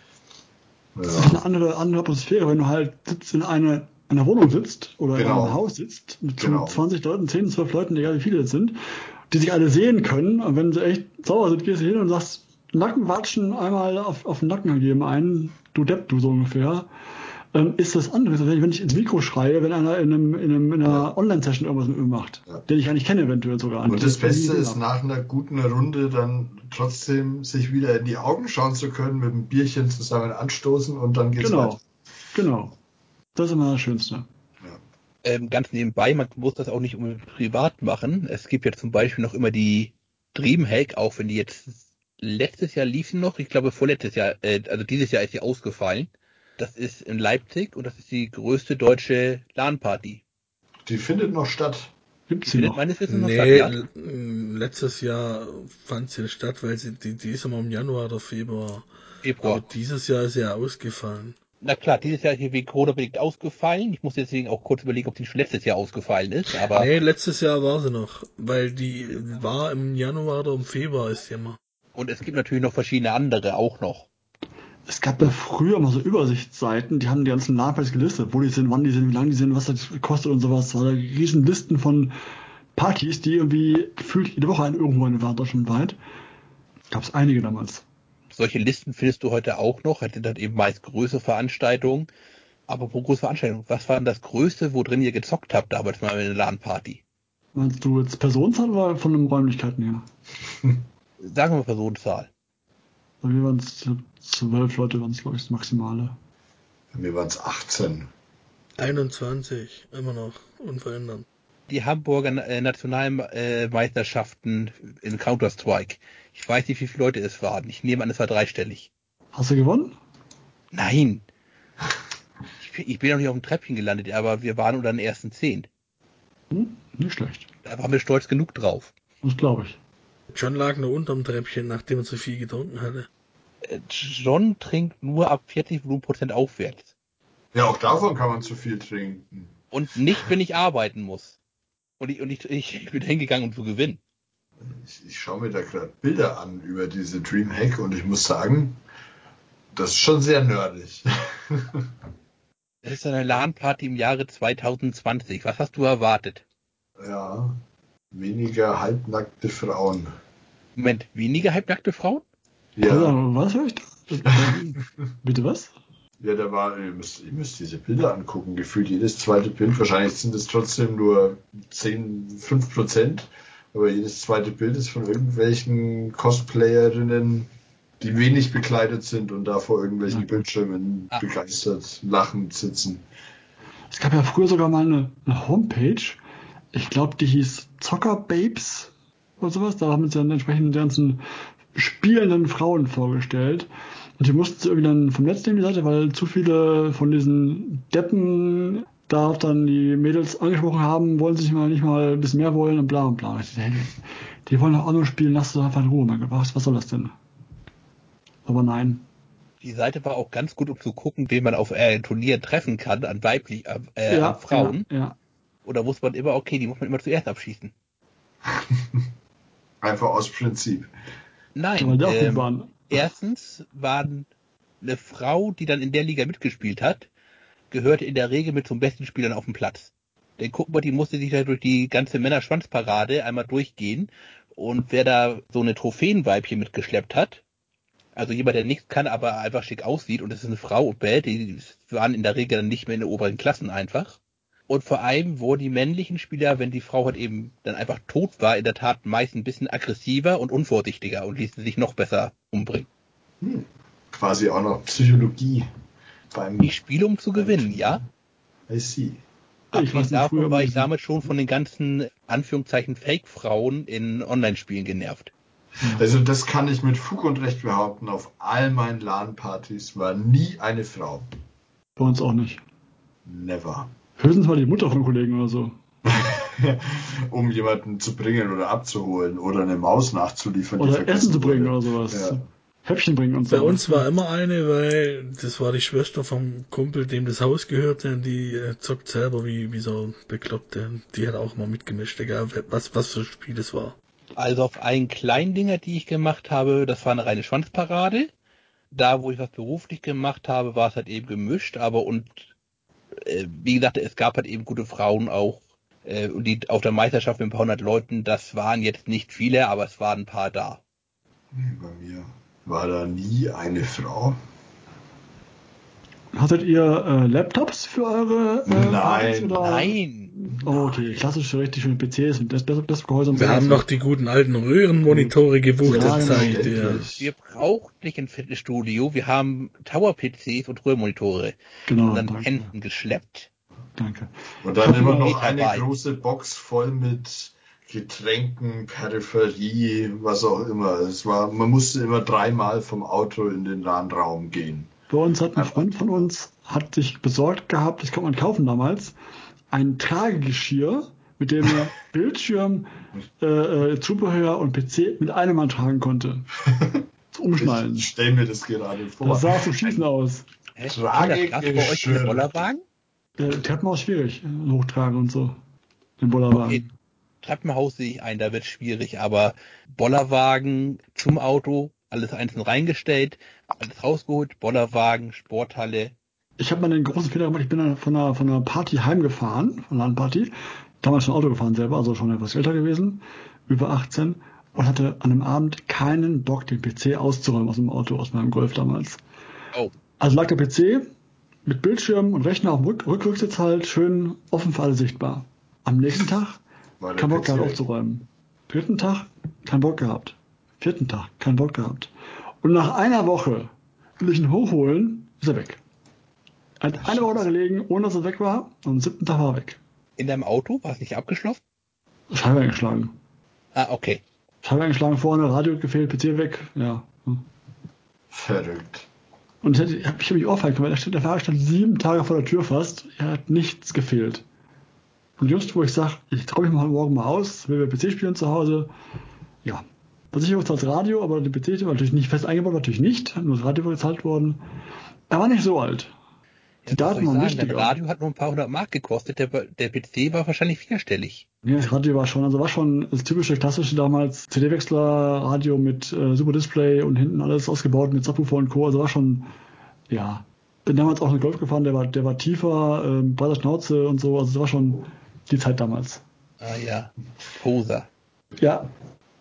Ja. Das ist eine andere Atmosphäre, wenn du halt in einer Wohnung sitzt oder in einem Haus sitzt mit 20 Leuten, 10, 12 Leuten, egal wie viele es sind, die sich alle sehen können. Und wenn sie echt sauer sind, gehst du hin und sagst, Nackenwatschen einmal auf den Nacken gegeben einen, du Depp, du so ungefähr. Ist das anderes, als wenn ich ins Mikro schreie, wenn einer in einer Online-Session irgendwas mit mir macht, den ich gar nicht kenne eventuell sogar. Und das Beste ist, nach einer guten Runde dann trotzdem sich wieder in die Augen schauen zu können, mit einem Bierchen zusammen anstoßen und dann geht's weiter. Genau. Das ist immer das Schönste. Ja. Ganz nebenbei, man muss das auch nicht unbedingt privat machen. Es gibt ja zum Beispiel noch immer die Dreamhack, auch wenn die jetzt letztes Jahr liefen noch, ich glaube vorletztes Jahr, also dieses Jahr ist sie ausgefallen. Das ist in Leipzig und das ist die größte deutsche LAN-Party. Die findet noch statt. Gibt's die noch? Meines Wissens noch statt, ja? Letztes Jahr fand sie statt, weil die ist immer im Januar oder Februar. Aber dieses Jahr ist sie ja ausgefallen. Na klar, dieses Jahr ist sie wegen Corona bedingt ausgefallen. Ich muss deswegen auch kurz überlegen, ob die schon letztes Jahr ausgefallen ist. Aber nee, letztes Jahr war sie noch, weil die war im Januar oder im Februar ist sie immer. Und es gibt natürlich noch verschiedene andere auch noch. Es gab ja früher mal so Übersichtsseiten, die haben die ganzen LAN-Partys gelistet, wo die sind, wann die sind, wie lange die sind, was das kostet und sowas. Da waren riesen Listen von Partys, die irgendwie gefühlt jede Woche irgendwo waren, deutschlandweit. Gab es einige damals. Solche Listen findest du heute auch noch, hatte dann eben meist größere Veranstaltungen. Aber wo große Veranstaltungen? Was war denn das Größte, wo drin ihr gezockt habt damals mal in einer LAN-Party? Meinst du jetzt Personenzahl oder von den Räumlichkeiten her? Sagen wir Personenzahl. Bei mir waren es 12 Leute, waren es glaube ich das Maximale. Bei mir waren es 18. 21, immer noch, unverändert. Die Hamburger Nationalmeisterschaften in Counter-Strike. Ich weiß nicht, wie viele Leute es waren. Ich nehme an, es war dreistellig. Hast du gewonnen? Nein. Ich bin noch nicht auf dem Treppchen gelandet, aber wir waren unter den ersten 10. Nicht schlecht. Da waren wir stolz genug drauf. Das glaube ich. John lag nur unterm Treppchen, nachdem er zu viel getrunken hatte. John trinkt nur ab 40 Volumenprozent aufwärts. Ja, auch davon kann man zu viel trinken. Und nicht, wenn ich arbeiten muss. Und ich bin hingegangen, um zu gewinnen. Ich schaue mir da gerade Bilder an über diese Dreamhack und ich muss sagen, das ist schon sehr nerdig. Es ist eine LAN-Party im Jahre 2020. Was hast du erwartet? Ja, weniger halbnackte Frauen. Moment, weniger halbnackte Frauen? Ja. Also, was höre ich da? Bitte was? Ja, ihr müsst diese Bilder angucken. Gefühlt jedes zweite Bild, wahrscheinlich sind es trotzdem nur 5%, aber jedes zweite Bild ist von irgendwelchen Cosplayerinnen, die wenig bekleidet sind und da vor irgendwelchen Bildschirmen begeistert lachend sitzen. Es gab ja früher sogar mal eine Homepage, ich glaube, die hieß Zockerbabes oder sowas. Da haben sie dann entsprechend die ganzen spielenden Frauen vorgestellt. Und die mussten sie irgendwie dann vom Netz nehmen, die Seite, weil zu viele von diesen Deppen da dann die Mädels angesprochen haben, wollen sich nicht mal ein bisschen mehr wollen und bla und bla. Ich dachte, hey, die wollen doch auch nur spielen, lasst doch einfach in Ruhe, mein Gott, was soll das denn? Aber nein. Die Seite war auch ganz gut, um zu gucken, wen man auf Turnieren treffen kann, an an Frauen. Ja. Oder muss man immer, okay, die muss man immer zuerst abschießen. Einfach aus Prinzip. Weil Nein, die auch gut waren. erstens waren eine Frau, die dann in der Liga mitgespielt hat, gehörte in der Regel mit zum besten Spielern auf dem Platz. Denn guck mal, die musste sich da durch die ganze Männerschwanzparade einmal durchgehen. Und wer da so eine Trophäenweibchen mitgeschleppt hat, also jemand, der nichts kann, aber einfach schick aussieht, und es ist eine Frau und bellt, die waren in der Regel dann nicht mehr in den oberen Klassen einfach. Und vor allem wurden die männlichen Spieler, wenn die Frau halt eben dann einfach tot war, in der Tat meist ein bisschen aggressiver und unvorsichtiger und ließen sich noch besser umbringen. Quasi auch noch Psychologie beim... Ich spiele, um zu gewinnen, ja? I see. Abgesehen davon war ich damit schon von den ganzen Anführungszeichen Fake-Frauen in Online-Spielen genervt. Also das kann ich mit Fug und Recht behaupten, auf all meinen LAN-Partys war nie eine Frau. Bei uns auch nicht. Never. Höchstens mal die Mutter von Kollegen oder so. Um jemanden zu bringen oder abzuholen oder eine Maus nachzuliefern. Oder Essen zu bringen oder sowas. Ja. Häppchen bringen und so. Bei uns war immer eine, weil das war die Schwester vom Kumpel, dem das Haus gehörte, und die zockt selber wie so Bekloppte. Die hat auch mal mitgemischt, egal was für ein Spiel es war. Also auf allen kleinen Dinger, die ich gemacht habe, das war eine reine Schwanzparade. Da, wo ich was beruflich gemacht habe, war es halt eben gemischt, aber wie gesagt, es gab halt eben gute Frauen auch. Und die auf der Meisterschaft mit ein paar hundert Leuten, das waren jetzt nicht viele, aber es waren ein paar da. Bei mir war da nie eine Frau. Hattet ihr Laptops für eure Partys, oder? Nein. Oh, okay, klassische, richtig schöne PCs mit Desktop-Gehäuse und Wir so. haben noch die guten alten Röhrenmonitore gewuchtet, Ja, Zeit, ja. Wir brauchten nicht ein Fitnessstudio, wir haben Tower-PCs und Röhrenmonitore Genau, an danke. Händen geschleppt. Danke. Und dann immer noch Meter eine weit. große Box voll mit Getränken, Peripherie, was auch immer. Man musste immer 3-mal vom Auto in den LAN-Raum gehen. Bei uns hat ein Freund von uns, hat sich besorgt gehabt, das konnte man kaufen damals, ein Tragegeschirr, mit dem er Bildschirm, Zubehör und PC mit einem Mal tragen konnte. Zum Umschnallen. Ich stelle mir das gerade vor. Das sah zum Schießen aus. Das gab's bei euch keine Bollerwagen? Treppenhaus schwierig, hochtragen und so. Den Bollerwagen. Okay, Treppenhaus sehe ich ein, da wird schwierig, aber Bollerwagen zum Auto, alles einzeln reingestellt, alles rausgeholt, Bollerwagen, Sporthalle. Ich habe mal einen großen Fehler gemacht. Ich bin dann von einer Party heimgefahren, von einer LAN-Party. Damals schon Auto gefahren selber, also schon etwas älter gewesen, über 18. Und hatte an dem Abend keinen Bock, den PC auszuräumen aus dem Auto, aus meinem Golf damals. Oh. Also lag der PC mit Bildschirm und Rechner auf dem Rücksitz halt schön offen für alle sichtbar. Am nächsten Tag kein Bock gehabt aufzuräumen. Dritten Tag kein Bock gehabt. Vierten Tag kein Bock gehabt. Und nach einer Woche will ich ihn hochholen, ist er weg. Er hat eine Woche da gelegen, ohne dass er weg war. Und am 7. Tag war er weg. In deinem Auto? War es nicht abgeschlossen? Scheibe eingeschlagen. Ah, okay. Scheibe eingeschlagen vorne, Radio gefehlt, PC weg. Ja. Verrückt. Und ich hab mich aufhalten, weil der Fahrer stand 7 Tage vor der Tür fast. Er hat nichts gefehlt. Und just wo ich sage, ich traue mich mal morgen mal aus, will wir PC spielen zu Hause. Ja. Versicherung zahlt Radio, aber der PC war natürlich nicht fest eingebaut, natürlich nicht. Nur das Radio war gezahlt worden. Er war nicht so alt. Die Daten waren wichtiger. Das Radio hat nur ein paar hundert Mark gekostet, der PC war wahrscheinlich vierstellig. Ja, das Radio war schon das typische, klassische damals CD-Wechsler, Radio mit super Display und hinten alles ausgebaut mit Subwoofer und Co. Also war schon, ja. Bin damals auch einen Golf gefahren, der war tiefer, breiter Schnauze und so. Also das war schon die Zeit damals. Ah ja, Poser. Ja.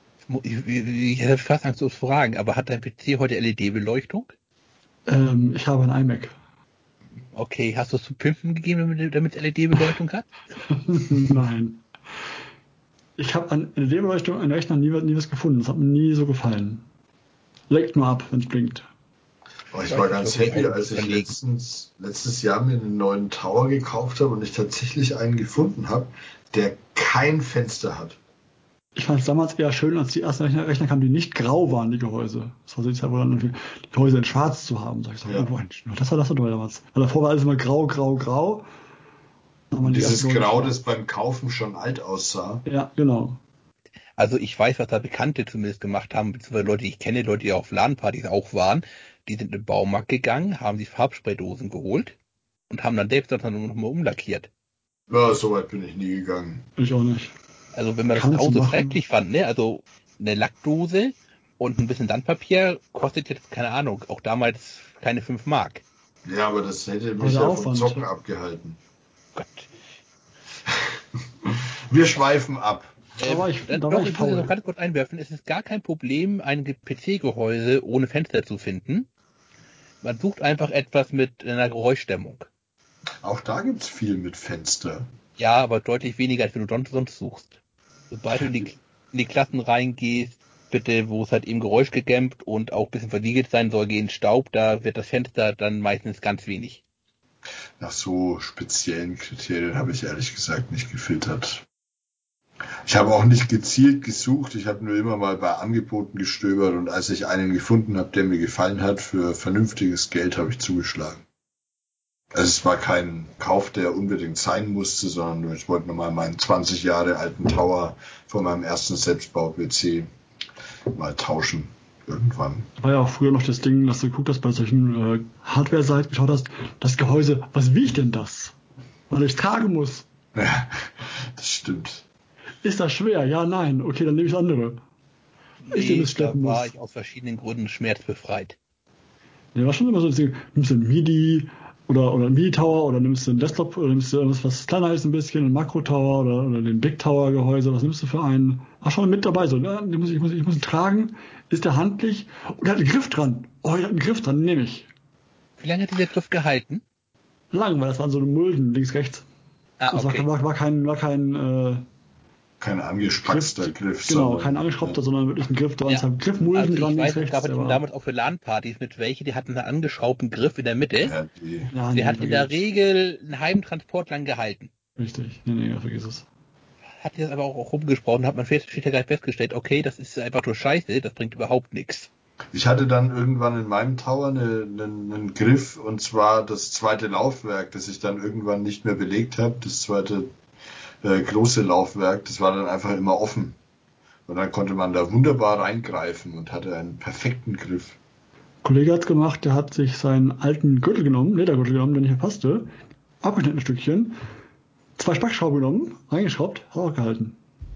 Ich hätte fast Angst zu fragen, aber hat dein PC heute LED-Beleuchtung? Ich habe ein iMac. Okay, hast du es zu pimpen gegeben, damit es LED-Beleuchtung hat? Nein. Ich habe an LED-Beleuchtung an Rechner nie was gefunden. Das hat mir nie so gefallen. Leckt nur ab, wenn es blinkt. Oh, ich war ganz happy, als ich letztes Jahr mir einen neuen Tower gekauft habe und ich tatsächlich einen gefunden habe, der kein Fenster hat. Ich fand es damals eher schön, als die ersten Rechner kamen, die nicht grau waren, die Gehäuse. Das war so die Zeit, wo dann die Gehäuse in schwarz zu haben. Sag ich so, das war toll damals. Weil davor war alles immer grau, grau, grau. Und dieses Grau, das beim Kaufen schon alt aussah. Ja, genau. Also ich weiß, was da Bekannte zumindest gemacht haben, beziehungsweise Leute, die ich kenne, Leute, die auf LAN-Partys auch waren, die sind in den Baumarkt gegangen, haben sich Farbspraydosen geholt und haben dann selbst das dann nochmal umlackiert. Ja, so weit bin ich nie gegangen. Ich auch nicht. Also wenn man das grau so schrecklich fand, ne, also eine Lackdose und ein bisschen Sandpapier kostet jetzt, keine Ahnung, auch damals keine 5 Mark. Ja, aber das hätte mich ja vom Zocken abgehalten. Gott. Wir schweifen ab. Ich muss noch ganz kurz einwerfen, es ist gar kein Problem, ein PC-Gehäuse ohne Fenster zu finden. Man sucht einfach etwas mit einer Geräuschdämmung. Auch da gibt's viel mit Fenster. Ja, aber deutlich weniger, als wenn du sonst suchst. Sobald du in die Klassen reingehst, bitte, wo es halt eben geräuschgedämmt und auch ein bisschen versiegelt sein soll gegen Staub, da wird das Fenster dann meistens ganz wenig. Nach so speziellen Kriterien habe ich ehrlich gesagt nicht gefiltert. Ich habe auch nicht gezielt gesucht, ich habe nur immer mal bei Angeboten gestöbert und als ich einen gefunden habe, der mir gefallen hat, für vernünftiges Geld habe ich zugeschlagen. Also es war kein Kauf, der unbedingt sein musste, sondern nur ich wollte nochmal meinen 20 Jahre alten Tower von meinem ersten Selbstbau-PC mal tauschen irgendwann. War ja auch früher noch das Ding, dass du geguckt hast, bei solchen Hardware-Seiten geschaut hast, das Gehäuse, was wiegt denn das? Weil ich tragen muss. Ja, das stimmt. Ist das schwer? Ja, nein. Okay, dann nehme ich das andere. Da war ich aus verschiedenen Gründen schmerzbefreit. Ja, war schon immer so, nimmst du ein MIDI oder einen MIDI-Tower oder nimmst du einen Desktop oder nimmst du irgendwas, was kleiner ist ein bisschen, einen Makro-Tower oder den Big-Tower-Gehäuse, was nimmst du für einen? Ach, schon mit dabei, so, ne? Ich muss ihn tragen, ist der handlich und er hat einen Griff dran. Oh, er hat einen Griff dran, nehme ich. Wie lange hat dieser Griff gehalten? Lang, weil das waren so eine Mulden, links, rechts. Ah, okay. Das war kein angespackster Griff. Genau, kein angeschraubter, sondern wirklich ein Griff. Da waren Griffmulden dran, links, rechts. Es gab damals auch für LAN-Partys mit welche, die hatten einen angeschraubten Griff in der Mitte. Der hat in der Regel einen halben Transport lang gehalten. Richtig, nee, vergiss es. Hat jetzt aber auch rumgesprochen, hat man festgestellt, okay, das ist einfach nur Scheiße, das bringt überhaupt nichts. Ich hatte dann irgendwann in meinem Tower einen Griff, und zwar das zweite Laufwerk, das ich dann irgendwann nicht mehr belegt habe, das zweite große Laufwerk, das war dann einfach immer offen. Und dann konnte man da wunderbar reingreifen und hatte einen perfekten Griff. Ein Kollege hat's gemacht, der hat sich seinen alten Gürtel genommen, Ledergürtel genommen, der nicht mehr passte, abgeschnitten ein Stückchen, 2 Spackschrauben genommen, reingeschraubt, hat auch gehalten.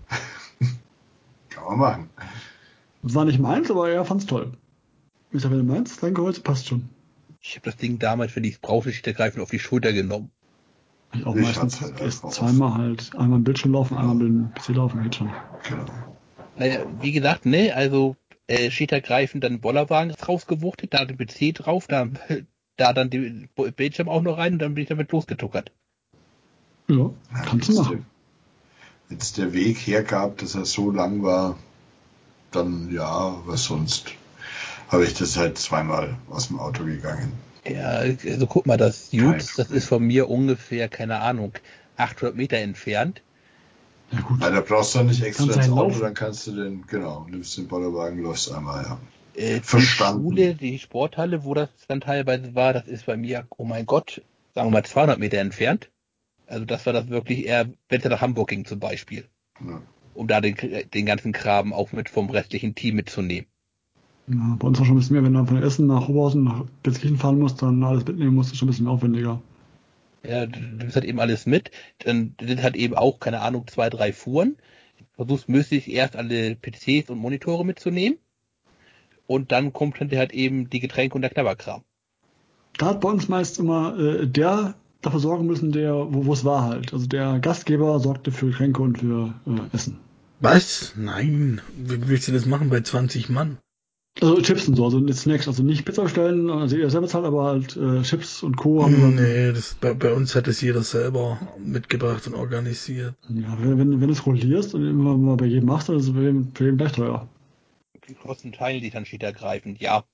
Kann man machen. Das war nicht meins, aber er fand's toll. Ich sag, wenn du meinst, dein Gehäuse passt schon. Ich habe das Ding damals, wenn ich es brauchte, schlicht auf die Schulter genommen. Ich auch meistens halt erst zweimal halt, einmal im Bildschirm laufen, einmal im PC laufen, geht schon. Genau. Naja, wie gesagt, ne, also schultergreifend dann Bollerwagen rausgewuchtet, da den PC drauf, da dann den Bildschirm auch noch rein und dann bin ich damit losgetuckert. Ja, kannst du machen. Wenn es der Weg hergab, dass er so lang war, dann ja, was sonst, habe ich das halt zweimal aus dem Auto gegangen. Ja, also guck mal, das Jutes, das ist von mir ungefähr, keine Ahnung, 800 Meter entfernt. Ja gut. Weil da brauchst du dann nicht extra ins Auto, dann kannst du nimmst den Bollerwagen, läufst einmal, ja. Verstanden. Die Sporthalle, wo das dann teilweise war, das ist bei mir, oh mein Gott, sagen wir mal 200 Meter entfernt. Also das war das wirklich eher, wenn es nach Hamburg ging zum Beispiel. Ja. Um da den ganzen Kram auch mit vom restlichen Team mitzunehmen. Ja, bei uns war schon ein bisschen mehr, wenn du von Essen nach Oberhausen, nach Gelsenkirchen fahren musst, dann alles mitnehmen musst, ist schon ein bisschen aufwendiger. Ja, du nimmst halt eben alles mit. Dann sind halt eben auch, keine Ahnung, 2, 3 Fuhren. Versuchst möglichst erst alle PCs und Monitore mitzunehmen. Und dann kommt dann halt eben die Getränke und der Knabberkram. Da hat bei uns meist immer der dafür sorgen müssen, wo es war halt. Also der Gastgeber sorgte für Getränke und für Essen. Was? Nein. Wie willst du das machen bei 20 Mann? Also Chips und so, also Snacks, also nicht Pizza bestellen, also ihr selber zahlt, aber halt Chips und Co. haben dann. Nee, bei uns hat das jeder selber mitgebracht und organisiert. Ja, wenn du es rollierst und immer mal bei jedem machst, dann ist es für jeden gleich teuer. Die Kosten teilen sich dann steht ergreifend, ja.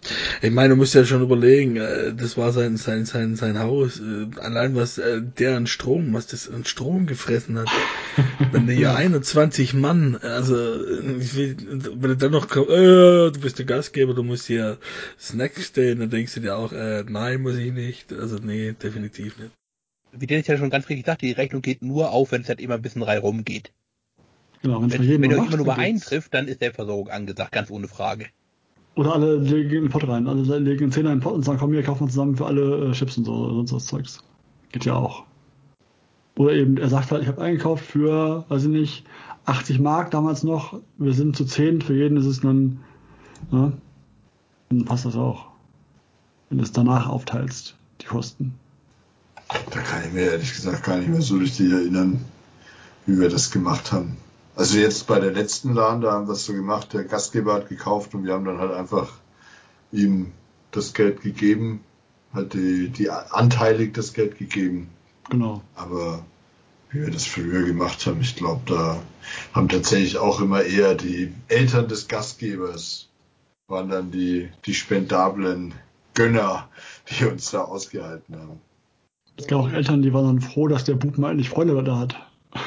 Ich meine, du musst ja schon überlegen, das war sein Haus, allein was was das an Strom gefressen hat. Wenn du hier 21 Mann, also wenn du dann noch kommst, du bist der Gastgeber, du musst hier Snacks stellen, dann denkst du dir auch, nein, muss ich nicht. Also nee, definitiv nicht. Wie Dennis ja schon ganz richtig sagte, die Rechnung geht nur auf, wenn es halt immer ein bisschen Reihe rumgeht. Genau, wenn Wenn euch immer nur mal einen trifft, dann ist Selbstversorgung angesagt, ganz ohne Frage. Oder alle legen in den Pott rein, alle legen einen Zehner in den Pott und sagen, komm, hier kaufen wir zusammen für alle Chips und so, oder sonst was Zeugs. Geht ja auch. Oder eben, er sagt halt, ich habe eingekauft für, weiß ich nicht, 80 Mark damals noch, wir sind zu 10, für jeden ist es dann, ne? Dann passt das auch. Wenn du es danach aufteilst, die Kosten. Da kann ich mir ehrlich gesagt gar nicht mehr so richtig erinnern, wie wir das gemacht haben. Also jetzt bei der letzten LAN, da haben wir es so gemacht, der Gastgeber hat gekauft und wir haben dann halt einfach ihm das Geld gegeben, halt die anteilig das Geld gegeben. Genau. Aber wie wir das früher gemacht haben, ich glaube, da haben tatsächlich auch immer eher die Eltern des Gastgebers waren dann die spendablen Gönner, die uns da ausgehalten haben. Es gab auch Eltern, die waren dann froh, dass der Bub mal endlich Freunde da hat.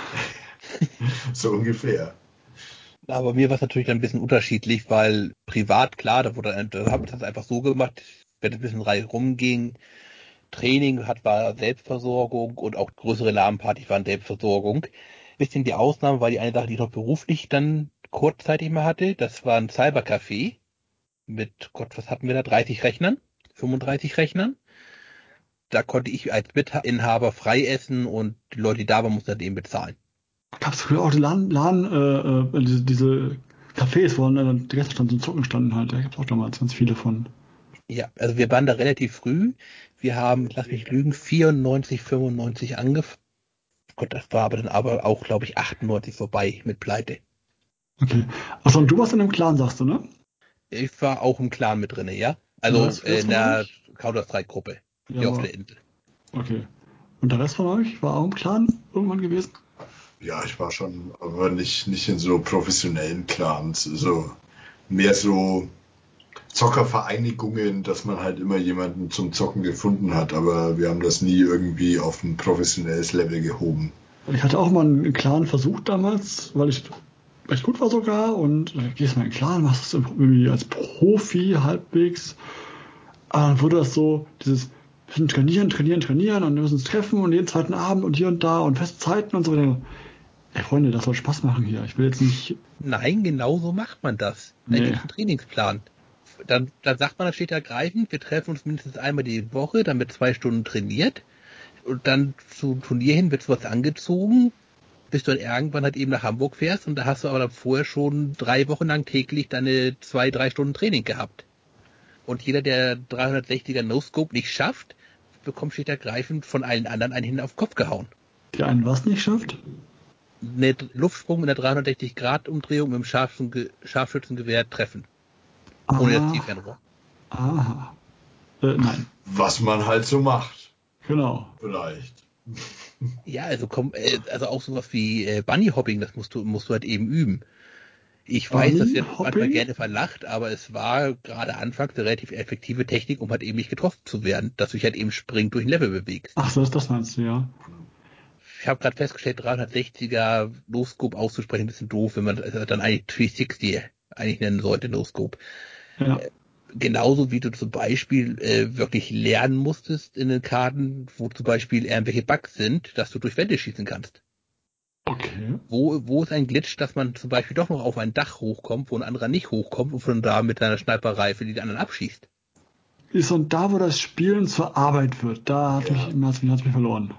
So ungefähr. Aber mir war es natürlich dann ein bisschen unterschiedlich, weil privat, klar, da habe ich das einfach so gemacht, wenn es ein bisschen Reihe rumging. Training war Selbstversorgung und auch größere LAN-Partys waren Selbstversorgung. Bisschen die Ausnahme war die eine Sache, die ich noch beruflich dann kurzzeitig mal hatte. Das war ein Cybercafé mit, Gott, was hatten wir da? 30 Rechnern? 35 Rechnern? Da konnte ich als Mitinhaber frei essen und die Leute, die da waren, mussten dann eben bezahlen. Gab es früher auch die diese Cafés, wo dann die Gäste zum Zocken standen halt. Da gab es auch damals ganz viele von. Ja, also wir waren da relativ früh. Wir haben, lass mich lügen, 94, 95 angefangen. Gott, das war aber auch, glaube ich, 98 vorbei mit Pleite. Okay. Achso, und du warst in einem Clan, sagst du, ne? Ich war auch im Clan mit drinne, ja? Und der Also Rest von in der euch? Counter-Strike-Gruppe Ja, hier auf aber, der Insel. okay. Und der Rest von euch war auch im Clan irgendwann gewesen? Ja, ich war schon, aber nicht in so professionellen Clans, so mehr so Zockervereinigungen, dass man halt immer jemanden zum Zocken gefunden hat, aber wir haben das nie irgendwie auf ein professionelles Level gehoben. Ich hatte auch mal einen Clan versucht damals, weil ich recht gut war sogar und gehst mal in den Clan, machst es irgendwie als Profi halbwegs. Aber dann wurde das so, dieses bisschen trainieren und wir müssen uns treffen und jeden zweiten Abend und hier und da und feste Zeiten und so weiter. Ey Freunde, das soll Spaß machen hier. Ich will jetzt nicht. Nein, genau so macht man das. Da gibt es einen Trainingsplan. Dann sagt man, da steht ergreifend, wir treffen uns mindestens einmal die Woche, dann wird 2 Stunden trainiert und dann zum Turnier hin wird was angezogen, bis du dann irgendwann halt eben nach Hamburg fährst und da hast du aber dann vorher schon 3 Wochen lang täglich deine 2-3 Stunden Training gehabt. Und jeder, der 360er No-Scope nicht schafft, bekommt schlicht ergreifend von allen anderen einen hin auf den Kopf gehauen. Der einen was nicht schafft? Eine Luftsprung in der 360-Grad-Umdrehung mit dem Scharfschützengewehr treffen. Ohne das Zielfernrohr. Aha. Nein. Was man halt so macht. Genau. Vielleicht. Ja, also also auch sowas wie Bunny-Hopping, das musst du halt eben üben. Ich weiß, das wird manchmal gerne verlacht, aber es war gerade anfangs eine relativ effektive Technik, um halt eben nicht getroffen zu werden, dass du dich halt eben springend durch ein Level bewegst. Ach so, das meinst du, ja. Ich habe gerade festgestellt, 360er No-Scope auszusprechen, ein bisschen doof, wenn man dann eigentlich 360 eigentlich nennen sollte, No-Scope. Ja. Genauso wie du zum Beispiel wirklich lernen musstest in den Karten, wo zum Beispiel irgendwelche Bugs sind, dass du durch Wände schießen kannst. Okay. Wo ist ein Glitch, dass man zum Beispiel doch noch auf ein Dach hochkommt, wo ein anderer nicht hochkommt und von da mit seiner Sniper-Reife die anderen abschießt? Ist und da, wo das Spielen zur Arbeit wird, da hat's mich verloren.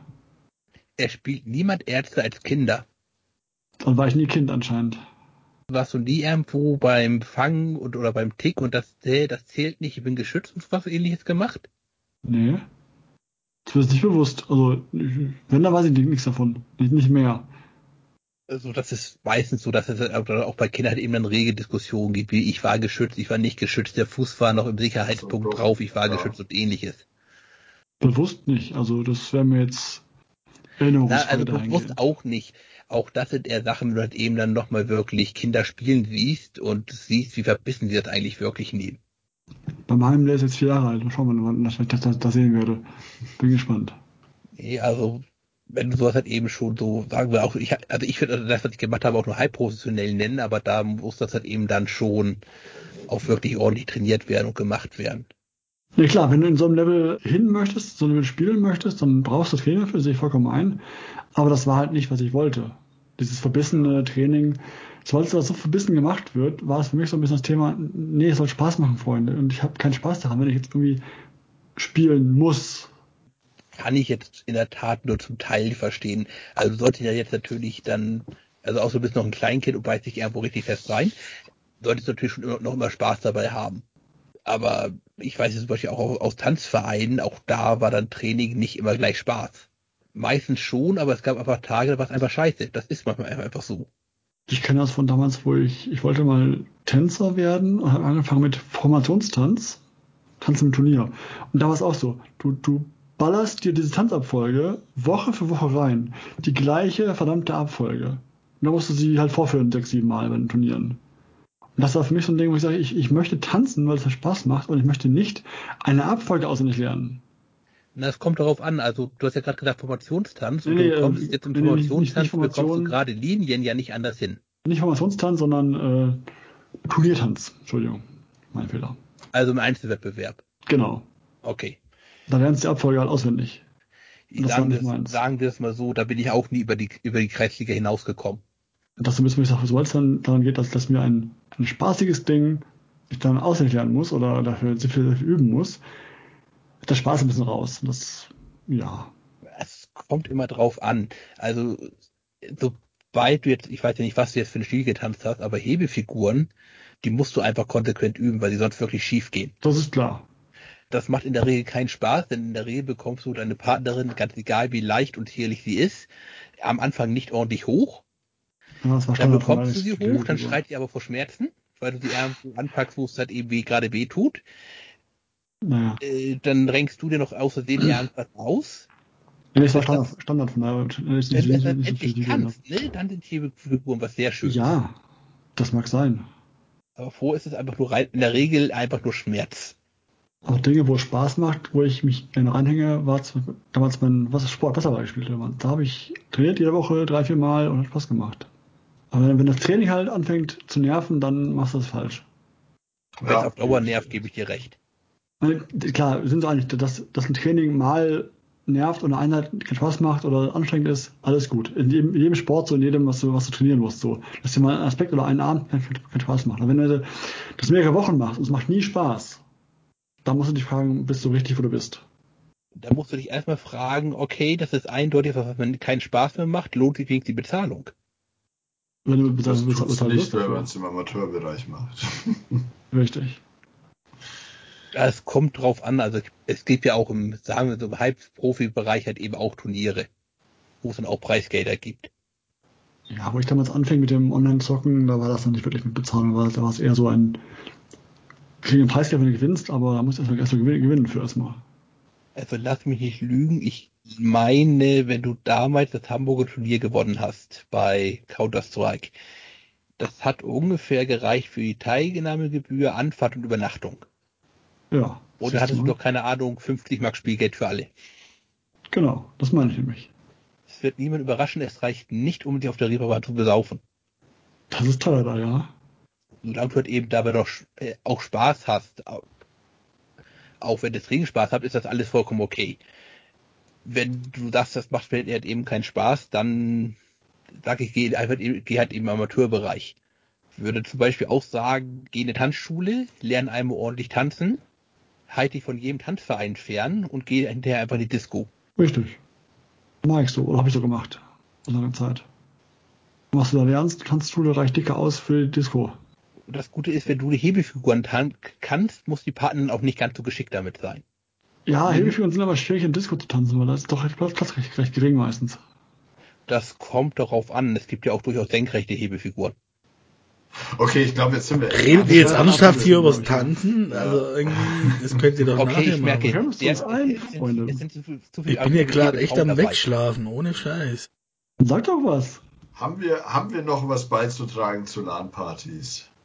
Er spielt niemand Ärzte als Kinder. Dann war ich nie Kind anscheinend. Warst du nie irgendwo beim Fangen oder beim Tick und das zählt nicht, ich bin geschützt und was ähnliches gemacht? Nee. Das ist nicht bewusst. Also, wenn, da weiß ich nichts davon. Nicht mehr. Also das ist meistens so, dass es auch bei Kindern eben dann rege Diskussionen gibt, wie ich war geschützt, ich war nicht geschützt, der Fuß war noch im Sicherheitspunkt drauf, ich war geschützt und ähnliches. Bewusst nicht. Also, das wäre mir jetzt erinnerungsfrei Also bewusst auch nicht. Auch das sind eher Sachen, wenn du halt eben dann nochmal wirklich Kinder spielen siehst und siehst, wie verbissen sie das eigentlich wirklich nehmen. Bei meinem, der ist jetzt 4 Jahre alt. Mal schauen wir mal, wann ich das sehen werde. Bin gespannt. Nee, also, wenn du sowas halt eben schon so, sagen wir auch, ich würde das, was ich gemacht habe, auch nur halb professionell nennen, aber da muss das halt eben dann schon auch wirklich ordentlich trainiert werden und gemacht werden. Ja klar, wenn du in so einem Level hin möchtest, so ein Level spielen möchtest, dann brauchst du Trainer für, sehe ich vollkommen ein. Aber das war halt nicht, was ich wollte. Dieses verbissene Training, sobald das so verbissen gemacht wird, war es für mich so ein bisschen das Thema, nee, es soll Spaß machen, Freunde. Und ich habe keinen Spaß daran, wenn ich jetzt irgendwie spielen muss. Kann ich jetzt in der Tat nur zum Teil verstehen. Also sollte ja jetzt natürlich dann, also auch so bist noch ein Kleinkind und beißt dich irgendwo richtig fest rein, solltest du natürlich schon noch immer Spaß dabei haben. Aber ich weiß jetzt zum Beispiel auch aus Tanzvereinen, auch da war dann Training nicht immer gleich Spaß. Meistens schon, aber es gab einfach Tage, da war es einfach scheiße. Das ist manchmal einfach so. Ich kenne das von damals, wo ich wollte mal Tänzer werden und habe angefangen mit Formationstanz, Tanzen im Turnier. Und da war es auch so, du ballerst dir diese Tanzabfolge Woche für Woche rein. Die gleiche verdammte Abfolge. Und da musst du sie halt vorführen 6, 7 Mal bei den Turnieren. Und das war für mich so ein Ding, wo ich sage, ich möchte tanzen, weil es mir Spaß macht und ich möchte nicht eine Abfolge auswendig lernen. Na, es kommt darauf an, also du hast ja gerade gesagt Formationstanz Nee, und du nee, bekommst jetzt im nicht Formationstanz, bekommst du Formation, gerade Linien ja nicht anders hin. nicht Formationstanz, sondern Turniertanz. Entschuldigung, mein Fehler. Also im Einzelwettbewerb. Genau. Okay. Da lernst du die Abfolge halt auswendig. Und das war nicht meins. Sagen wir es mal so, da bin ich auch nie über die Kreisliga hinausgekommen. Und das ist ein bisschen, wo ich sage, sobald es dann daran geht, dass mir ein spaßiges Ding ich dann auswendig lernen muss oder dafür sehr viel üben muss, ist der Spaß ein bisschen raus. Und das, ja. Es kommt immer drauf an. Also, sobald du jetzt, ich weiß ja nicht, was du jetzt für einen Stil getanzt hast, aber Hebefiguren, die musst du einfach konsequent üben, weil sie sonst wirklich schief gehen. Das ist klar. Das macht in der Regel keinen Spaß, denn in der Regel bekommst du deine Partnerin, ganz egal wie leicht und zierlich sie ist, am Anfang nicht ordentlich hoch. Ja, das war Dann Standard von bekommst du Alex sie für die hoch, dann Hebefigur. schreit sie aber vor Schmerzen, weil du sie irgendwo anpackst, wo es halt eben gerade weh tut. Naja. Dann renkst du dir noch aus Versehen irgendwas aus. Ja, das war Bis das, Standard von Alex. wenn du es dann Nicht so viel endlich Figuren habe. kannst, ne, dann sind Hebefiguren was sehr Schönes. Ja, das mag sein. Aber vorher ist es einfach nur rein, in der Regel einfach nur Schmerz. Auch Dinge, wo es Spaß macht, wo ich mich gerne reinhänge, war damals mein Wasserball gespielt. Da habe ich trainiert jede Woche 3, 4 Mal und hat Spaß gemacht. Aber wenn das Training halt anfängt zu nerven, dann machst du das falsch. Wenn es auf Dauer nervt, gebe ich dir recht. Klar, wir sind so einig, dass ein Training mal nervt und eine Einheit keinen Spaß macht oder anstrengend ist, alles gut. In jedem Sport, so in jedem, was du trainieren musst, so. Dass dir mal ein Aspekt oder einen Abend keinen Spaß macht. Aber wenn du das mehrere Wochen machst und es macht nie Spaß, dann musst du dich fragen, bist du richtig, wo du bist. Da musst du dich erstmal fragen, okay, das ist eindeutig, was mir keinen Spaß mehr macht, lohnt sich wenigstens die Bezahlung. Wenn du Das tut's bezahlen nicht, wirst wenn man dafür. es im Amateurbereich macht. Richtig. Ja, es kommt drauf an, also es gibt ja auch im, sagen wir so, im Halbprofi-Bereich halt eben auch Turniere, wo es dann auch Preisgelder gibt. Ja, wo ich damals anfing mit dem Online-Zocken, da war das noch nicht wirklich mit Bezahlung, da war es eher so ein, kriegen einen Preisgeld, wenn du gewinnst, aber da musst du erstmal gewinnen für erstmal. Also lass mich nicht lügen, ich meine, wenn du damals das Hamburger Turnier gewonnen hast bei Counter-Strike, das hat ungefähr gereicht für die Teilnahmegebühr, Anfahrt und Übernachtung. Ja, Oder siehst du hattest du mal. noch, keine Ahnung, 50 Mark Spielgeld für alle? Genau, das meine ich nämlich. Es wird niemand überraschen, es reicht nicht, um dich auf der Reeperbahn zu besaufen. Das ist teuer da, ja. Solange du halt eben dabei doch auch Spaß hast, auch wenn das Training Spaß hat, ist das alles vollkommen okay. Wenn du sagst, das macht mir halt eben keinen Spaß, dann sag ich, geh halt im Amateurbereich. Ich würde zum Beispiel auch sagen, geh in eine Tanzschule, lerne einmal ordentlich tanzen, halte dich von jedem Tanzverein fern und geh hinterher einfach in die Disco. Richtig. Mach ich so, oder habe ich so gemacht. Vor langer Zeit. Was du da lernst, Tanzschule reicht dicker aus für die Disco. Und das Gute ist, wenn du die Hebefiguren kannst, muss die Partnerin auch nicht ganz so geschickt damit sein. Ja, Mhm. Hebefiguren sind aber schwierig in Disco zu tanzen, weil da ist doch Platz recht gering meistens. Das kommt darauf an. Es gibt ja auch durchaus senkrechte Hebefiguren. Okay, ich glaube, jetzt sind wir echt Reden wir jetzt davon ernsthaft hier abgewichen, übers glaub ich, Tanzen? Ja. Also irgendwie, das könnt ihr doch Okay, nachher ich machen. merke, Bremst uns ein, Freunde. es sind zu viele Ich bin ja gerade aggressive echt Frauen am dabei. Wegschlafen, ohne Scheiß. Sag doch was. Haben wir noch was beizutragen zu LAN-Partys?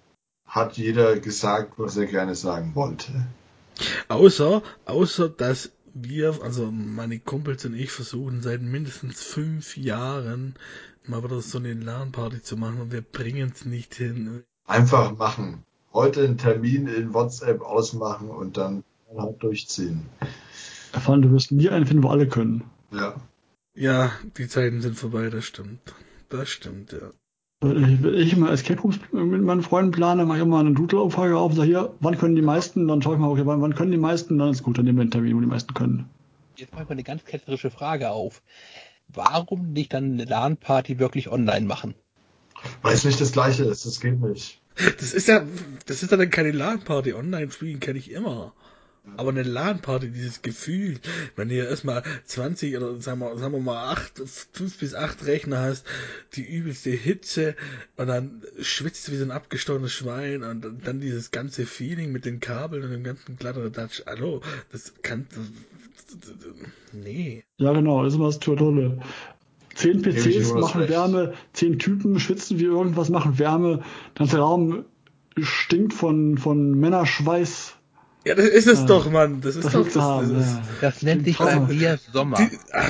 hat jeder gesagt, was er gerne sagen wollte. Außer, dass wir, also meine Kumpels und ich, versuchen seit mindestens 5 Jahren mal wieder so eine LAN-Party zu machen und wir bringen es nicht hin. Einfach machen. Heute einen Termin in WhatsApp ausmachen und dann halt durchziehen. Vor allem, du wirst nie einen finden, wo alle können. Ja. Ja, die Zeiten sind vorbei, das stimmt. Das stimmt, ja. Ich immer Escape Rooms mit meinen Freunden plane, mache ich immer eine Doodle-Umfrage auf und sage hier, wann können die meisten? Dann schaue ich mal, okay, wann können die meisten? Dann ist gut, dann nehmen wir einen Termin, wo die meisten können. Jetzt mache ich mal eine ganz ketzerische Frage auf. Warum nicht dann eine LAN-Party wirklich online machen? Weil es nicht das Gleiche ist, das geht nicht. Das ist ja dann keine LAN-Party. Online spielen kann ich immer. Aber eine LAN-Party, dieses Gefühl, wenn du ja erstmal 20 oder sagen wir mal 5 bis 8 Rechner hast, die übelste Hitze und dann schwitzt du wie so ein abgestochenes Schwein und dann dieses ganze Feeling mit den Kabeln und dem ganzen Kladderadatsch. Hallo, das kann... Nee. Ja, genau, ist immer das Tolle. 10 Gebe ich PCs Jonas machen recht. Wärme, 10 Typen schwitzen wie irgendwas, machen Wärme, der ganze Raum stinkt von Männerschweiß. Ja, das ist es doch, Mann. Das ist doch willst du haben, das. ja. Das nennt sich klingt bei mir Sommer.